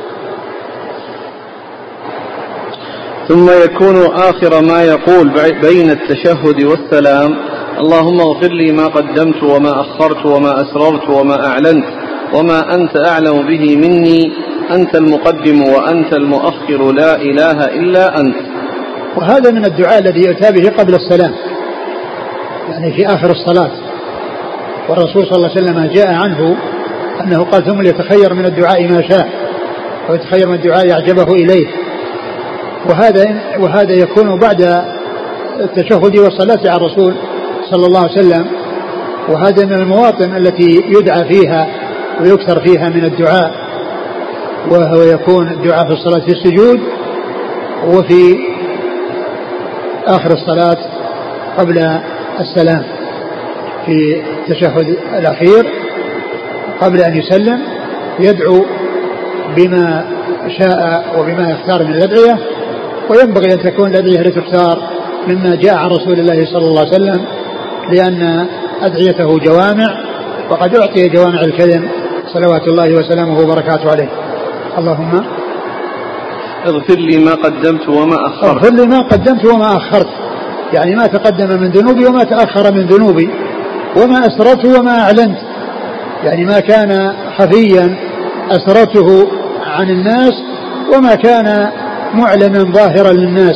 Speaker 1: ثم يكون آخر ما يقول بين التشهد والسلام اللهم اغفر لي ما قدمت وما أخرت وما أسررت وما أعلنت وما أنت أعلم به مني أنت المقدم وأنت المؤخر لا إله إلا أنت.
Speaker 2: وهذا من الدعاء الذي يؤتى به قبل السلام، يعني في آخر الصلاة، والرسول صلى الله عليه وسلم جاء عنه أنه قال ثم يتخير من الدعاء ما شاء ويتخير من الدعاء أعجبه إليه، وهذا وهذا يكون بعد التشهد والصلاة على الرسول صلى الله عليه وسلم، وهذا من المواطن التي يدعى فيها ويكثر فيها من الدعاء، وهو يكون الدعاء في الصلاة في السجود وفي آخر الصلاة قبل السلام في التشهد الأخير قبل أن يسلم يدعو بما شاء وبما يختار من الأدعية، وينبغي أن تكون الأدعية التي تختار مما جاء عن رسول الله صلى الله عليه وسلم، لأن أدعيته جوامع وقد أعطي جوامع الكلم صلوات الله وسلامه وبركاته عليه. اللهم
Speaker 1: اغفر لي ما قدمت وما أخرت.
Speaker 2: اغفر لي ما قدمت وما أخرت، يعني ما تقدم من ذنوبي وما تأخر من ذنوبي، وما أسررت وما أعلنت، يعني ما كان خفيا أسررته عن الناس وما كان معلنا ظاهرا للناس.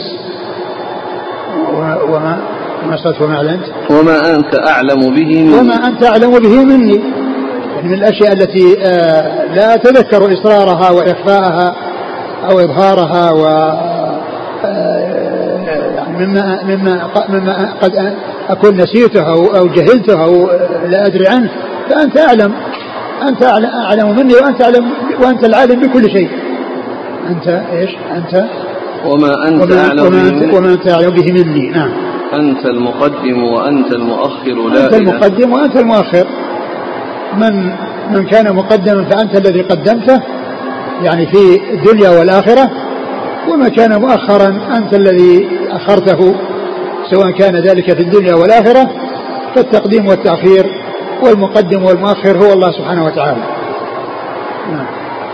Speaker 2: وما ما أسررت وما أعلنت
Speaker 1: وما أنت أعلم به مني
Speaker 2: وما أنت أعلم به مني، يعني من الأشياء التي لا أتذكر إصرارها وإخفاءها أو إظهارها، و يعني مما مما مما قد أكون نسيته أو جهلته أو لا أدري عنه، فأنت أعلم أنت أعلم مني وأنت أعلم وأنت العالم بكل شيء. أنت إيش أنت
Speaker 1: وما أنت
Speaker 2: وما
Speaker 1: أعلم
Speaker 2: وما
Speaker 1: به
Speaker 2: أنت, وما أنت أعلم به مني. نعم.
Speaker 1: أنت المقدم وأنت المؤخر لا
Speaker 2: أنت المقدم وأنت المؤخر، من من كان مقدما فأنت الذي قدمته يعني في الدنيا والآخرة، وما كان مؤخرا أنت الذي أخرته سواء كان ذلك في الدنيا والآخرة، فالتقديم والتأخير والمقدم والمؤخر هو الله سبحانه وتعالى. نعم.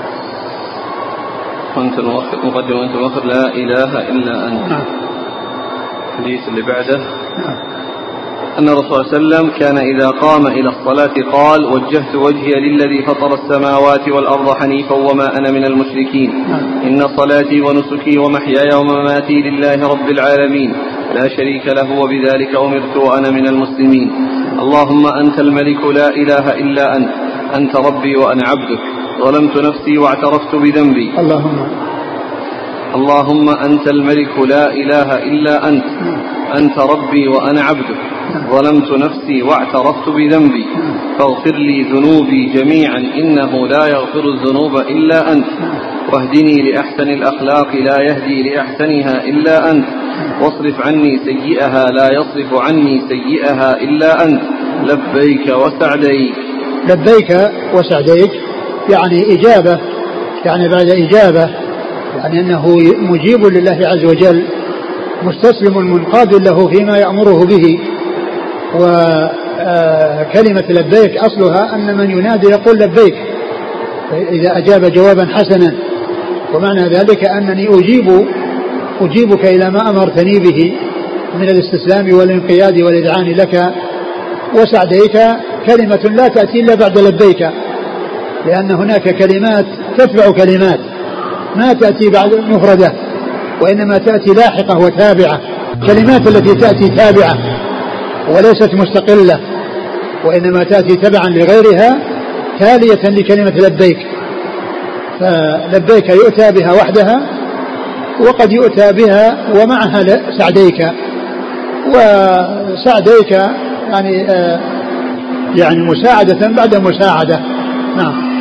Speaker 1: أنت المقدم وأنت المؤخر لا إله إلا أنت.
Speaker 2: نعم.
Speaker 1: الحديث اللي بعده
Speaker 2: نعم.
Speaker 1: أن الرسول صلى الله عليه وسلم كان إذا قام إلى الصلاة قال وجهت وجهي للذي فطر السماوات والأرض حنيفا وما أنا من المشركين.
Speaker 2: نعم.
Speaker 1: إن صلاتي ونسكي ومحياي ومماتي لله رب العالمين لا شريك له وبذلك أمرت وأنا من المسلمين. اللهم أنت الملك لا إله إلا أنت أنت ربي وأنا عبدك ظلمت نفسي واعترفت بذنبي.
Speaker 2: اللهم
Speaker 1: اللهم أنت الملك لا إله إلا أنت أنت ربي وأنا عبدك ظلمت نفسي واعترفت بذنبي فاغفر لي ذنوبي جميعا إنه لا يغفر الذنوب إلا أنت واهدني لأحسن الأخلاق لا يهدي لأحسنها إلا أنت واصرف عني سيئها لا يصرف عني سيئها إلا أنت لبيك وسعديك.
Speaker 2: لبيك وسعديك يعني إجابة، يعني بعد إجابة، يعني أنه مجيب لله عز وجل مستسلم منقاد له فيما يأمره به. وكلمة لبيك أصلها أن من ينادي يقول لبيك إذا أجاب جوابا حسنا، ومعنى ذلك أنني أجيب أجيبك إلى ما أمرتني به من الاستسلام والانقياد والإذعان لك. وسعديك كلمة لا تأتي إلا بعد لبيك، لأن هناك كلمات تتبع كلمات ما تأتي بعد مفردة، وإنما تأتي لاحقة وتابعة. كلمات التي تأتي تابعة وليست مستقلة، وإنما تأتي تبعا لغيرها تالية لكلمة لبيك. فلبيك يؤتى بها وحدها، وقد يؤتى بها ومعها سعديك. وسعديك يعني آه يعني مساعدة بعد مساعدة. نعم.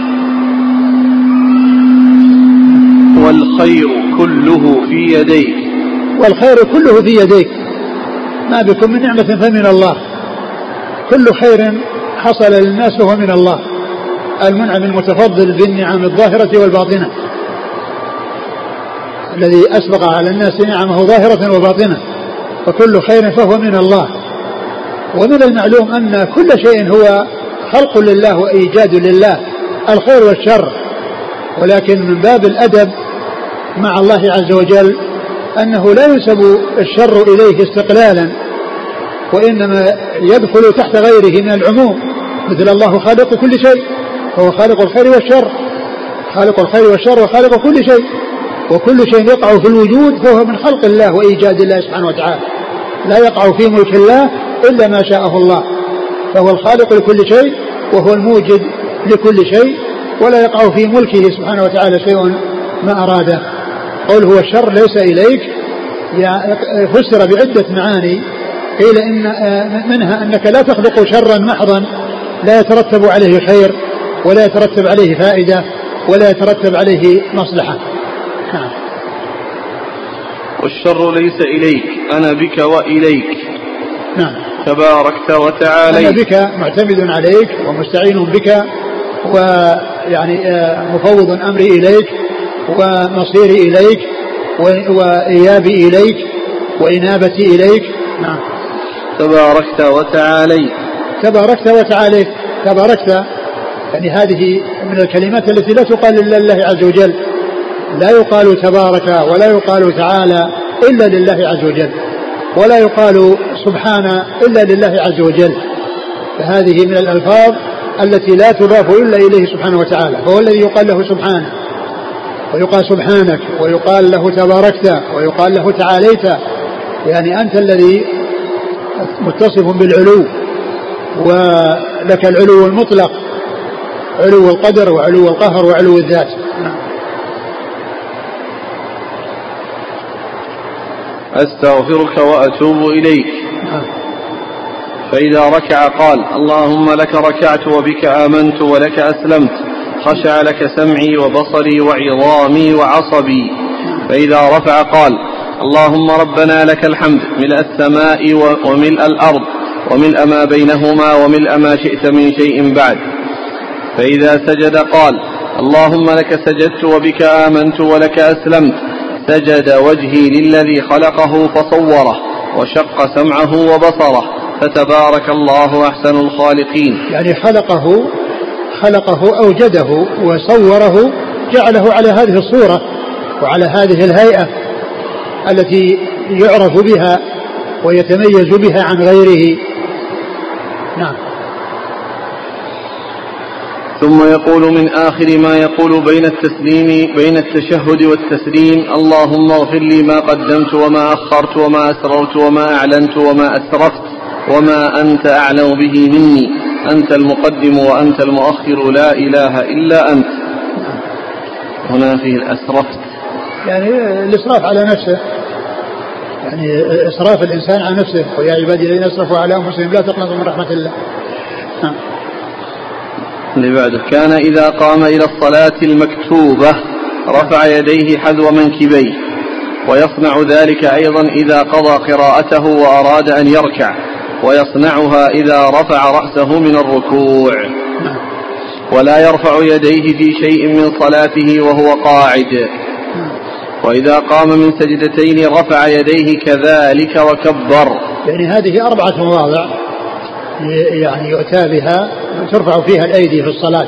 Speaker 1: والخير كله في يديك.
Speaker 2: والخير كله في يديك، ما بكم من نعمة فمن الله، كل خير حصل للناس وهو من الله المنعم المتفضل بالنعم الظاهرة والباطنة، الذي أسبق على الناس نعمه ظاهرة وباطنة، فكل خير فهو من الله. ومن المعلوم أن كل شيء هو خلق لله وإيجاد لله، الخير والشر، ولكن من باب الأدب مع الله عز وجل أنه لا ينسب الشر إليه استقلالا، وإنما يدخل تحت غيره من العموم، مثل الله خالق كل شيء، هو خالق الخير والشر، خالق الخير والشر وخالق كل شيء، وكل شيء يقع في الوجود فهو من خلق الله وإيجاد الله سبحانه وتعالى، لا يقع في ملك الله إلا ما شاءه الله، فهو الخالق لكل شيء وهو الموجد لكل شيء، ولا يقع في ملكه سبحانه وتعالى شيء ما أراده. قول هو الشر ليس إليك فسر بعدة معاني، قيل إن منها أنك لا تخلق شرا محضا لا يترتب عليه خير ولا يترتب عليه فائدة ولا يترتب عليه مصلحة. نعم.
Speaker 1: والشر ليس إليك، أنا بك وإليك.
Speaker 2: نعم.
Speaker 1: تباركت وتعالى.
Speaker 2: أنا بك معتمد عليك ومستعين بك، ويعني مفوض أمري إليك ومصيري إليك وإيابي إليك وإنابتي إليك. نعم.
Speaker 1: تباركت وتعالى.
Speaker 2: تباركت وتعالى. تباركت يعني هذه من الكلمات التي لا تقال إلا لله عز وجل، لا يقال تبارك ولا يقال تعالى إلا لله عز وجل، ولا يقال سبحانه إلا لله عز وجل، فهذه من الألفاظ التي لا تضاف إلا إليه سبحانه وتعالى، فهو الذي يقال له سبحانه ويقال سبحانك ويقال له تباركت ويقال له تعاليت، يعني أنت الذي متصف بالعلو، ولك العلو المطلق، علو القدر وعلو القهر وعلو الذات.
Speaker 1: أستغفرك وأتوب إليك. فإذا ركع قال اللهم لك ركعت وبك آمنت ولك أسلمت، خشع لك سمعي وبصري وعظامي وعصبي. فإذا رفع قال اللهم ربنا لك الحمد ملء السماء وملء الأرض وملء ما بينهما وملء ما شئت من شيء بعد. فإذا سجد قال اللهم لك سجدت وبك آمنت ولك أسلمت، سجد وجهي للذي خلقه فصوره وشق سمعه وبصره، فتبارك الله أحسن الخالقين.
Speaker 2: يعني خلقه خلقه أوجده وصوره، جعله على هذه الصورة وعلى هذه الهيئة التي يعرف بها ويتميز بها عن غيره. نعم.
Speaker 1: ثم يقول من آخر ما يقول بين التسليم بين التشهد والتسليم اللهم اغفر لي ما قدمت وما أخرت وما أسررت وما أعلنت وما أسرفت وما أنت أعلم به مني، أنت المقدم وأنت المؤخر لا إله إلا أنت. هنا فيه الأسرفت،
Speaker 2: يعني الإسراف على نفسه، يعني إسراف الإنسان على نفسه، ويا عبادي الذين أسرفوا على أنفسهم لا تقنطوا من رحمة الله. نعم.
Speaker 1: اللي بعده كان إذا قام إلى الصلاة المكتوبة رفع يديه حذو منكبيه، ويصنع ذلك أيضا إذا قضى قراءته وأراد أن يركع، ويصنعها إذا رفع رأسه من الركوع.
Speaker 2: نعم.
Speaker 1: ولا يرفع يديه في شيء من صلاته وهو قاعد. نعم. وإذا قام من سجدتين رفع يديه كذلك وكبر.
Speaker 2: يعني هذه أربعة مواضع يعني يؤتى بها ترفع فيها الأيدي في الصلاة،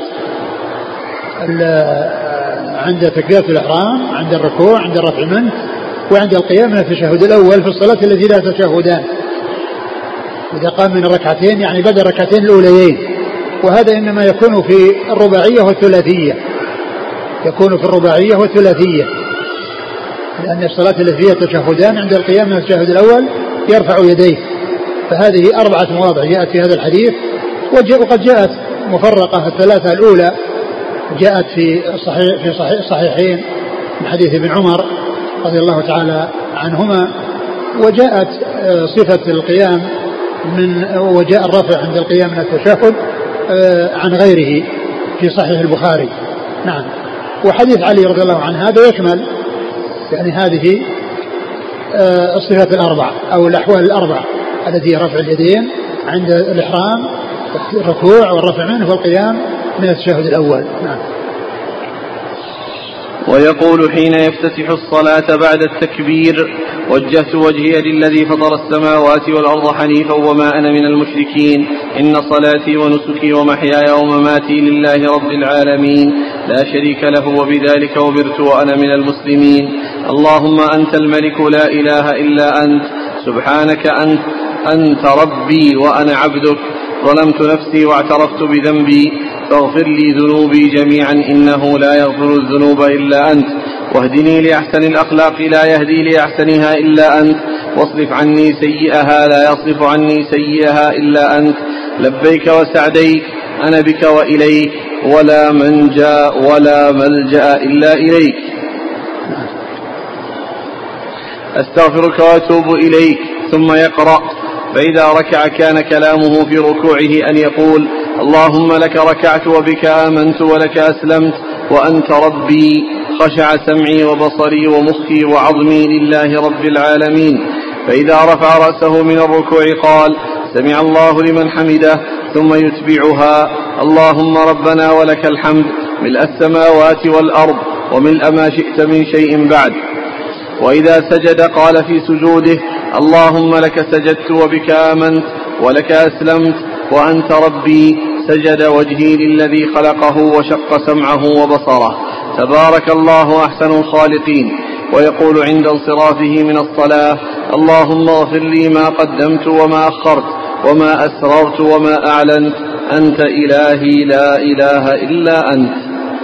Speaker 2: عند تكبيرة الإحرام، عند الركوع، عند الرفع منه، وعند القيام من التشهد الأول في الصلاة التي لا تشهدان. إذا قام من الركعتين يعني بدأ الركعتين الأوليين، وهذا إنما يكون في الرباعية والثلاثية، يكون في الرباعية والثلاثية، لأن الصلاة التي فيها تشهدان عند القيام من التشهد الأول يرفع يديه. فهذه أربعة مواضع جاءت في هذا الحديث، وقد جاءت مفرقة الثلاثة الأولى جاءت في صحيح في صحيح صحيحين من حديث ابن عمر رضي الله تعالى عنهما، وجاءت صفة القيام من وجاء الرفع عند القيام من التشهد عن غيره في صحيح البخاري. نعم. وحديث علي رضي الله عنه هذا يكمل يعني هذه الصفات الأربع أو الأحوال الأربع التي رفع اليدين عند الإحرام الركوع والرفع منه والقيام من التشهد الأول. نعم.
Speaker 1: ويقول حين يفتتح الصلاة بعد التكبير: وجهت وجهي للذي فطر السماوات والأرض حنيفا وما أنا من المشركين، إن صلاتي ونسكي ومحياي ومماتي لله رب العالمين لا شريك له وبذلك أمرت وأنا من المسلمين. اللهم أنت الملك لا إله إلا أنت، سبحانك أنت أنت ربي وأنا عبدك، ظلمت نفسي واعترفت بذنبي فاغفر لي ذنوبي جميعا إنه لا يغفر الذنوب إلا أنت، واهدني لأحسن الأخلاق لا يهدي لأحسنها إلا أنت، واصرف عني سيئها لا يصرف عني سيئها إلا أنت، لبيك وسعديك أنا بك وإليك ولا منجا ولا ملجأ إلا إليك، أستغفرك وأتوب إليك. ثم يقرأ: فإذا ركع كان كلامه في ركوعه أن يقول: اللهم لك ركعت وبك آمنت ولك أسلمت وأنت ربي، خشع سمعي وبصري ومخي وعظمي لله رب العالمين. فإذا رفع رأسه من الركوع قال: سمع الله لمن حمده، ثم يتبعها: اللهم ربنا ولك الحمد ملء السماوات والأرض وملء ما شئت من شيء بعد. وإذا سجد قال في سجوده: اللهم لك سجدت وبك آمنت ولك أسلمت وأنت ربي، سجد وجهي للذي خلقه وشق سمعه وبصره، تبارك الله أحسن الخالقين. ويقول عند انصرافه من الصلاة: اللهم اغفر لي ما قدمت وما أخرت وما أسررت وما أعلنت، أنت إلهي لا إله إلا أنت.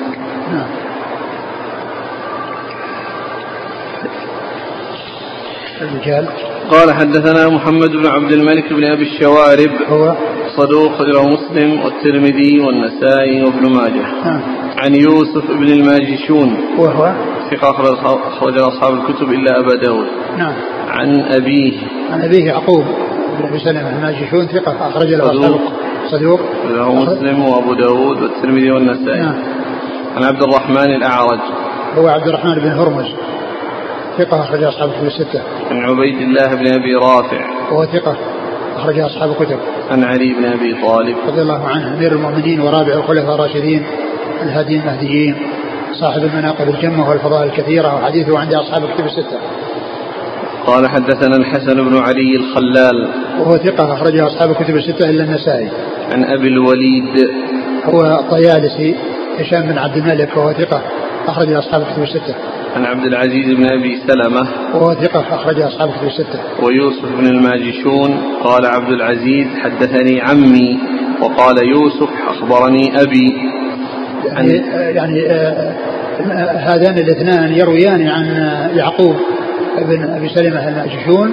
Speaker 2: الرجال.
Speaker 1: قال: حدثنا محمد بن عبد الملك بن أبي الشوارب، هو صدوق خرجه مسلم والترمذي والنسائي وابن ماجه. آه. عن يوسف بن الماجشون،
Speaker 2: وهو
Speaker 1: ثقة أخرج أصحاب الكتب إلا أبا داود.
Speaker 2: نعم.
Speaker 1: عن أبيه
Speaker 2: عن أبيه يعقوب بن أبي سلمة الماجشون، ثقة أخرج له أصحاب صدوق
Speaker 1: خرجه مسلم وأبو داود والترمذي والنسائي.
Speaker 2: نعم.
Speaker 1: عن عبد الرحمن الأعرج،
Speaker 2: هو عبد الرحمن بن هرمز، ثقة أخرج أصحاب الكتب الستة.
Speaker 1: عن عبيد الله بن أبي رافع،
Speaker 2: وهو ثقة أخرج أصحاب الكتب.
Speaker 1: عن علي بن أبي طالب
Speaker 2: رضي الله عنه، أمير المؤمنين ورابع الخلفاء الراشدين الهاديين المهديين، صاحب المناقب الجمة والفضائل الكثيرة، وحديثه عند أصحاب الكتب الستة.
Speaker 1: قال: حدثنا الحسن بن علي الخلال،
Speaker 2: وهو ثقة أخرج أصحاب الكتب الستة إلا النسائي.
Speaker 1: عن أبي الوليد،
Speaker 2: هو الطيالسي هشام بن عبد الملك، وهو ثقة أخرج أصحاب الكتب الستة.
Speaker 1: عن عبد العزيز بن أبي سلمة،
Speaker 2: وهو ثقة أخرج أصحاب الكتب الستة.
Speaker 1: ويوسف بن الماجشون قال عبد العزيز: حدثني عمي، وقال يوسف: أخبرني أبي.
Speaker 2: يعني, يعني آه هذان الاثنان يرويان عن يعقوب بن أبي سلمة الماجشون،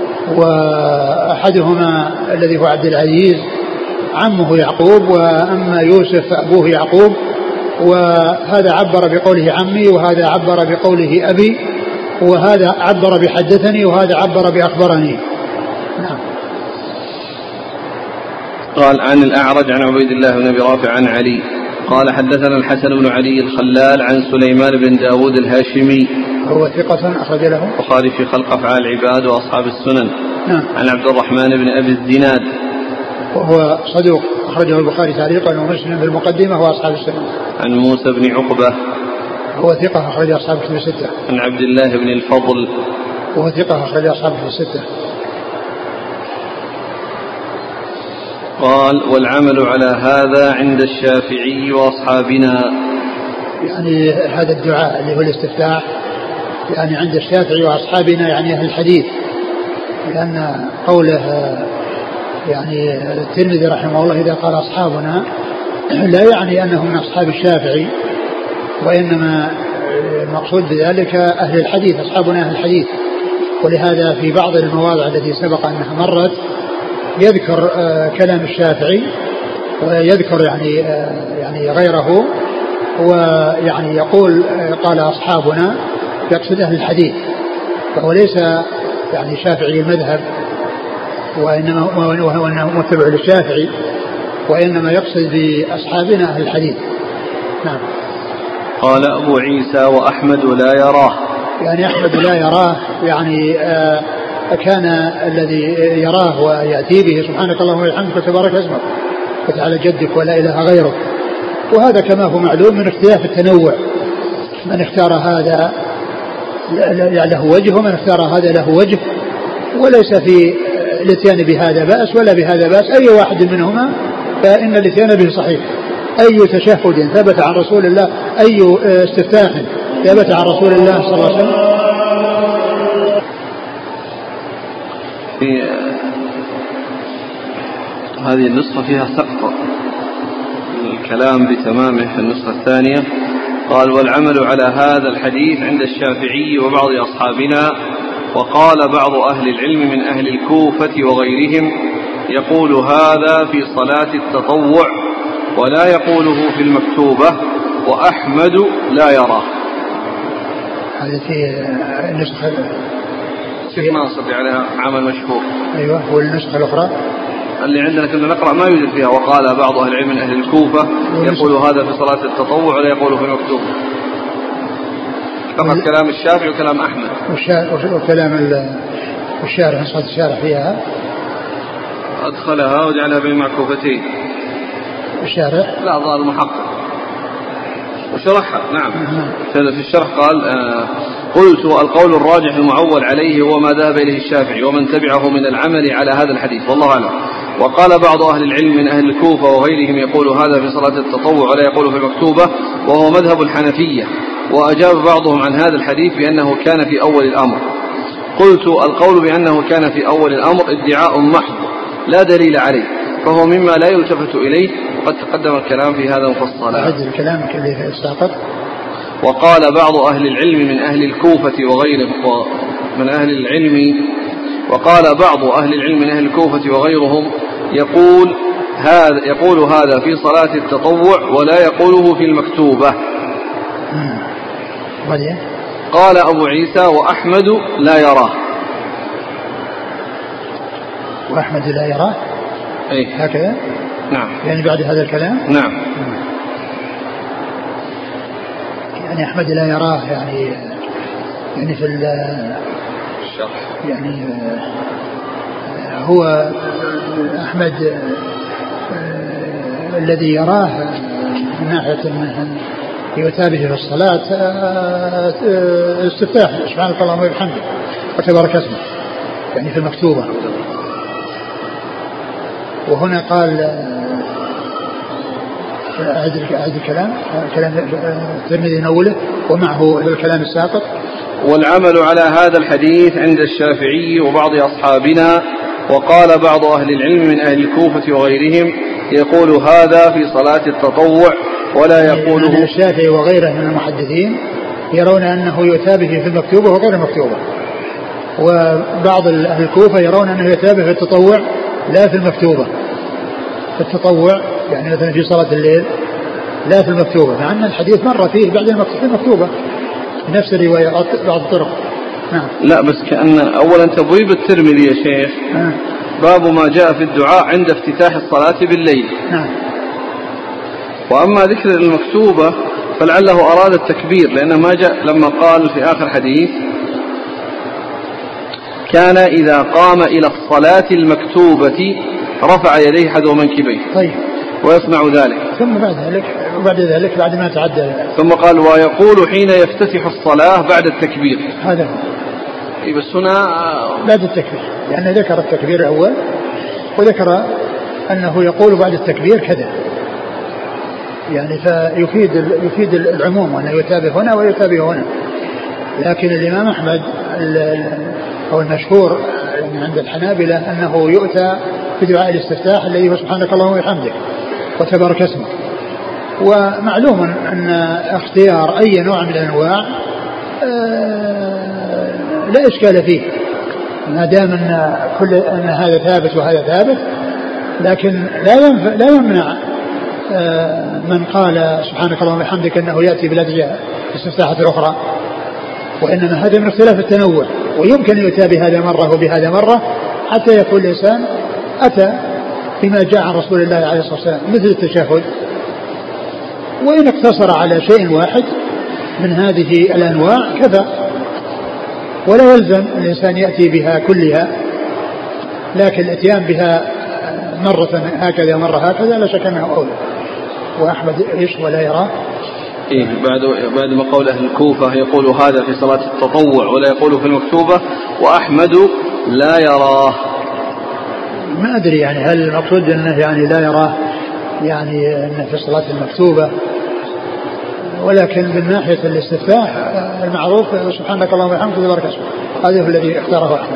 Speaker 2: وأحدهما الذي هو عبد العزيز عمه يعقوب، وأما يوسف أبوه يعقوب، وهذا عبر بقوله عمي وهذا عبر بقوله أبي، وهذا عبر بحدثني وهذا عبر بأخبرني. نعم.
Speaker 1: قال: عن الأعرج عن عبيد الله بن أبي رافع عن علي قال: حدثنا الحسن بن علي الخلال عن سليمان بن داود الهاشمي،
Speaker 2: هو ثقة أخرج له
Speaker 1: البخاري في خلق أفعال العباد وأصحاب السنن.
Speaker 2: نعم.
Speaker 1: عن عبد الرحمن بن أبي الزناد،
Speaker 2: وهو صدوق أخرجه البخاري تعليقا ومسلم في المقدمة وأصحاب السنة.
Speaker 1: عن موسى بن عقبة
Speaker 2: هو ثقة أخرج أصحاب الكتب الستة.
Speaker 1: عن عبد الله بن الفضل
Speaker 2: وهو ثقة أخرج أصحاب الكتب الستة.
Speaker 1: قال والعمل على هذا عند الشافعي وأصحابنا.
Speaker 2: يعني هذا الدعاء اللي هو الاستفتاح يعني عند الشافعي وأصحابنا يعني أهل الحديث، لأن قوله يعني الترمذي رحمه الله إذا قال أصحابنا لا يعني أنهم من أصحاب الشافعي، وإنما المقصود بذلك أهل الحديث، أصحابنا أهل الحديث. ولهذا في بعض المواضع التي سبق أنها مرت يذكر كلام الشافعي ويذكر يعني يعني غيره، ويعني يقول قال أصحابنا يقصد أهل الحديث، فهو ليس يعني شافعي المذهب وإنما هو متبع للشافعي، وإنما يقصد بأصحابنا أهل الحديث. نعم.
Speaker 1: قال أبو عيسى وأحمد لا يراه.
Speaker 2: يعني أحمد لا يراه يعني آه كان الذي يراه ويأتي به سبحانك اللهم وبحمدك وتبارك اسمك وتعالى جدك ولا إله غيرك، وهذا كما هو معلوم من اختلاف التنوع، من اختار هذا له وجه ومن اختار هذا له وجه، وليس في الاتيان بهذا بأس ولا بهذا بأس، أي واحد منهما فإن الاتيان به صحيح. أي تشهد ثبت عن رسول الله، أي استفتاح ثبت عن رسول الله صلى الله عليه وسلم.
Speaker 1: في هذه النسخة فيها سقط الكلام بتمامه في النسخة الثانية. قال والعمل على هذا الحديث عند الشافعي وبعض أصحابنا، وقال بعض أهل العلم من أهل الكوفة وغيرهم يقول هذا في صلاة التطوع ولا يقوله في المكتوبة، وأحمد لا يراه.
Speaker 2: هذه في النسخة
Speaker 1: في ناصر عليها عمل مشهور.
Speaker 2: أيوة. والنسخة الأخرى
Speaker 1: اللي عندنا كنا نقرأ ما يوجد فيها وقال بعض أهل العلم من أهل الكوفة يقول هذا في صلاة التطوع ولا يقوله في المكتوبة. فقط كلام الشافعي وكلام أحمد
Speaker 2: وكلام الشارح، نسخة الشارح فيها
Speaker 1: أدخلها وجعلها بين معكوفتين.
Speaker 2: الشارح
Speaker 1: لا ظاهر محقق وشرحها. نعم. في الشرح قال آه قلت القول الراجح المعول عليه هو ما ذهب إليه الشافعي ومن تبعه من العمل على هذا الحديث والله أعلم. وقال بعض أهل العلم من أهل الكوفة وغيرهم يقول هذا في صلاة التطوع ولا يقول في المكتوبة، وهو مذهب الحنفية. وأجاب بعضهم عن هذا الحديث بأنه كان في أول الأمر. قلت القول بأنه كان في أول الأمر ادعاء محض لا دليل عليه، فهو مما لا يلتفت إليه، وقد تقدم الكلام في هذا مفصلا.
Speaker 2: الكلام اللي استعقد.
Speaker 1: وقال بعض أهل العلم من أهل الكوفة وغيرهم من أهل العلم وقال بعض أهل العلم من أهل الكوفة وغيرهم يقول هذا يقول هذا في صلاة التطوع ولا يقوله في المكتوبة. قال أبو عيسى وأحمد لا يراه.
Speaker 2: وأحمد لا يراه.
Speaker 1: أي
Speaker 2: هكذا.
Speaker 1: نعم. يعني
Speaker 2: بعد هذا الكلام.
Speaker 1: نعم.
Speaker 2: يعني أحمد لا يراه يعني يعني في
Speaker 1: الشرح
Speaker 2: يعني هو أحمد الذي يراه من ناحية أنه يتابه في الصلاة استفتاح سبحانك اللهم وبحمدك وتبارك اسمك يعني في المكتوبة. وهنا قال أعد الكلام كلام الترمذي نوله ومعه الكلام الساقط.
Speaker 1: والعمل على هذا الحديث عند الشافعي وبعض أصحابنا، وقال بعض أهل العلم من أهل الكوفة وغيرهم يقول هذا في صلاة التطوع ولا يقوله.
Speaker 2: يعني الشافعي وغيره من المحدثين يرون أنه يتابه في المكتوبة وغير المكتوبة، وبعض أهل الكوفة يرون أنه يتابه في التطوع لا في المكتوبة. في التطوع يعني مثلا في صلاة الليل لا في المكتوبة، مع أن الحديث مر فيه بعد المكتوبة نفس الروايات بعض الطرق. نعم.
Speaker 1: لا بس كأن أولا تبويب الترمذي يا شيخ
Speaker 2: نعم.
Speaker 1: باب ما جاء في الدعاء عند افتتاح الصلاة بالليل.
Speaker 2: نعم.
Speaker 1: وأما ذكر المكتوبة فلعله أراد التكبير، لأنه ما جاء لما قال في آخر حديث كان إذا قام إلى الصلاة المكتوبة رفع يديه حذو منكبيه.
Speaker 2: طيب.
Speaker 1: ويصنع ذلك.
Speaker 2: ثم بعد ذلك وبعد ذلك بعد ما تعدى.
Speaker 1: ثم قال ويقول حين يفتتح الصلاة بعد التكبير.
Speaker 2: هذا هو.
Speaker 1: إيه بس هنا
Speaker 2: بعد التكبير، يعني ذكر التكبير الأول وذكر أنه يقول بعد التكبير كذا، يعني فيفيد يفيد العموم وأنه يتابع هنا ويتابع هنا. لكن الإمام أحمد أو المشهور عند الحنابلة أنه يؤتى بدعاء الاستفتاح الذي هو سبحانك اللهم وبحمدك وتبارك اسمك. ومعلوم أن اختيار أي نوع من الأنواع لا إشكال فيه ما دام أن كل أن هذا ثابت وهذا ثابت، لكن لا لا يمنع من قال سبحانك اللهم وبحمدك أنه يأتي بالأدعية الاستفتاحات الأخرى، وإنما هذا من اختلاف التنوع، ويمكن أن يؤتى بهذا مرة وبهذا مرة حتى يكون الإنسان أتى بما جاء عن رسول الله عليه الصلاة والسلام مثل التشهد. وإن اقتصر على شيء واحد من هذه الأنواع كفى، ولا يلزم الإنسان يأتي بها كلها، لكن الاتيان بها مرة هكذا مرة هكذا لا شك أنه أولى. وأحمد إيش ولا يراه.
Speaker 1: إيه بعد بعد ما قول أهل الكوفة يقول هذا في صلاة التطوع ولا يقول في المكتوبة، وأحمد لا يراه.
Speaker 2: ما أدري يعني هل المقصود أنه يعني لا يراه يعني أنه في الصلاة المكتوبة، ولكن من ناحية الاستفتاح المعروف سبحانك اللهم وبحمدك وتبارك اسمك، هذا هو الذي اختاره أحمد.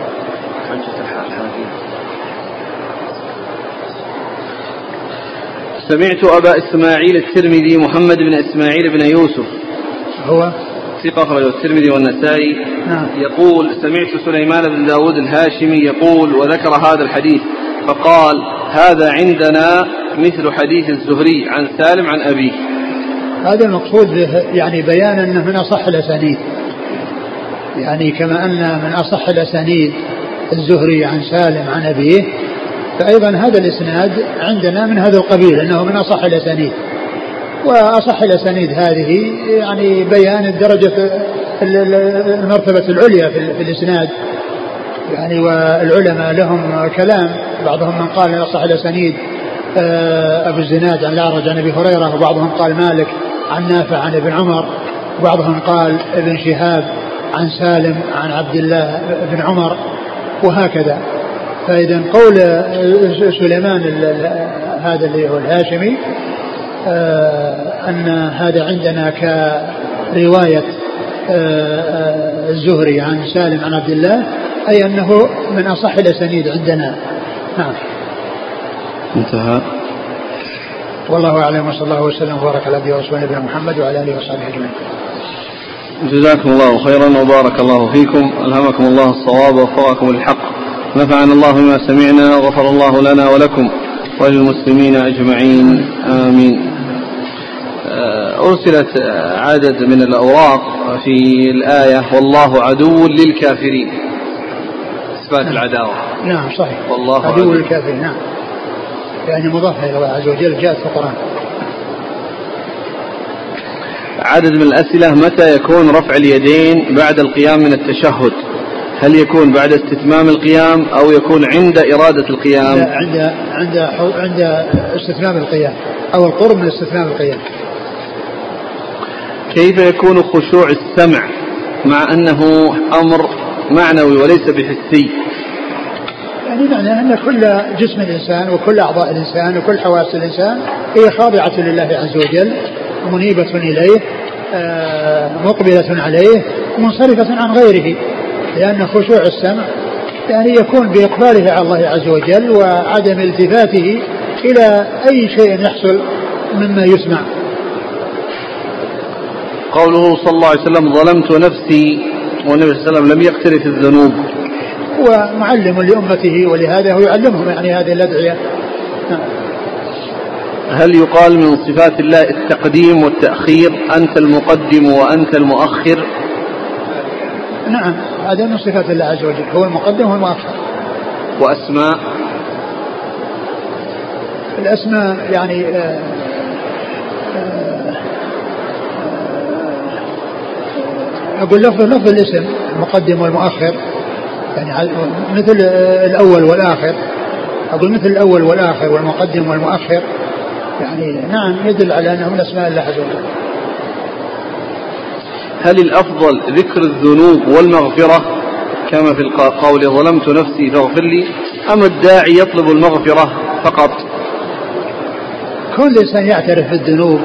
Speaker 1: سمعت أبا إسماعيل الترمذي محمد بن إسماعيل بن يوسف
Speaker 2: هو
Speaker 1: ثقة أخرجه الترمذي والنسائي نعم. يقول سمعت سليمان بن داود الهاشمي يقول وذكر هذا الحديث فقال هذا عندنا مثل حديث الزهري عن سالم عن أبيه.
Speaker 2: هذا المقصود يعني بيان أنه من أصح الأسانيد، يعني كما أن من أصح الأسانيد الزهري عن سالم عن أبيه، فأيضا هذا الإسناد عندنا من هذا القبيل أنه من أصح الأسانيد. وأصح الأسانيد هذه يعني بيان الدرجة المرتبة العليا في الإسناد، يعني والعلماء لهم كلام، بعضهم من قال أصح الأسانيد أبو الزناد عن الأعرج عن أبي هريرة، وبعضهم قال مالك عن نافع عن ابن عمر، وبعضهم قال ابن شهاب عن سالم عن عبد الله بن عمر، وهكذا. فإذا قول سليمان هذا اللي هو الهاشمي أن هذا عندنا كرواية الزهري عن سالم عن عبد الله، أي أنه من أصح الأسانيد عندنا. نعم.
Speaker 1: انتهى.
Speaker 2: والله أعلم، وصلى الله وسلم وبارك على نبينا ورسولنا نبينا محمد وعلى آله وصحبه أجمعين.
Speaker 1: جزاكم الله خيرا وبارك الله فيكم، ألهمكم الله الصواب ووفقكم للحق، نفعنا الله بما سمعنا وغفر الله لنا ولكم وللمسلمين أجمعين آمين. أرسلت عدد من الأوراق في الآية والله عدو للكافرين، إثبات العداوة.
Speaker 2: نعم صحيح،
Speaker 1: والله
Speaker 2: عدو, عدو للكافرين. نعم، يعني مضافة إلى الله عز وجل جاءت في القرآن.
Speaker 1: عدد من الأسئلة متى يكون رفع اليدين بعد القيام من التشهد؟ هل يكون بعد استتمام القيام أو يكون عند إرادة القيام؟
Speaker 2: عند عند عند استتمام القيام أو القرب من استتمام القيام.
Speaker 1: كيف يكون خشوع السمع مع أنه أمر معنوي وليس بحسي؟
Speaker 2: يعني معنى أن كل جسم الإنسان وكل أعضاء الإنسان وكل حواس الإنسان هي خاضعة لله عز وجل، منيبة إليه، مقبلة عليه، منصرفة عن غيره، لأن خشوع السمع يعني يكون بإقباله على الله عز وجل وعدم التفاته إلى أي شيء يحصل مما يسمع.
Speaker 1: قوله صلى الله عليه وسلم ظلمت نفسي، والنبي صلى الله عليه وسلم لم يقترف الذنوب،
Speaker 2: هو معلم لأمته ولهذا هو يعلمهم يعني هذه الأدعية.
Speaker 1: هل يقال من صفات الله التقديم والتأخير، أنت المقدم وأنت المؤخر؟
Speaker 2: نعم، هذا من صفات الله عز وجل، هو المقدم والمؤخر.
Speaker 1: وأسماء
Speaker 2: الأسماء يعني آآ آآ أقول لفظ لفظ الاسم المقدم والمؤخر، يعني مثل الأول والآخر، أقول مثل الأول والآخر والمقدم والمؤخر يعني نعم يدل على أنه من أسماء الله عز وجل.
Speaker 1: هل الأفضل ذكر الذنوب والمغفرة كما في القول ظلمت نفسي فاغفر لي، أم الداعي يطلب المغفرة فقط؟
Speaker 2: كل إنسان يعترف بالذنوب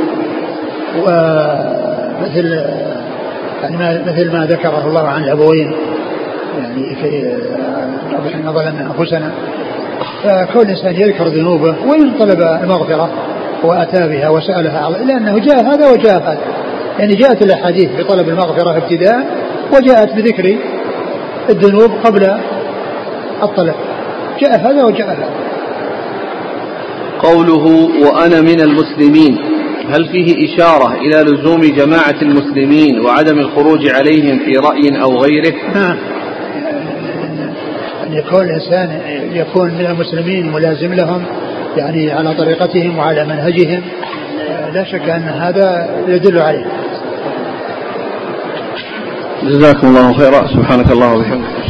Speaker 2: ومثل يعني مثل ما ذكره الله عن الأبوين يعني في ربنا ظلمنا أنفسنا، فكل إنسان يذكر ذنوبه وإن طلب المغفرة وأتى بها وسألها لأنه جاء هذا وجاء هذا، يعني جاءت الأحاديث بطلب المغفرة ابتداء وجاءت بذكر الذنوب قبل الطلب، جاء هذا وجاء هذا.
Speaker 1: قوله وأنا من المسلمين هل فيه إشارة إلى لزوم جماعة المسلمين وعدم الخروج عليهم في رأي أو غيره؟
Speaker 2: نعم، أن يكون الإنسان يكون من المسلمين ملازم لهم يعني على طريقتهم وعلى منهجهم، لا شك أن هذا يدل عليه.
Speaker 1: جزاكم الله خيرا. سبحانك الله وبحمدك.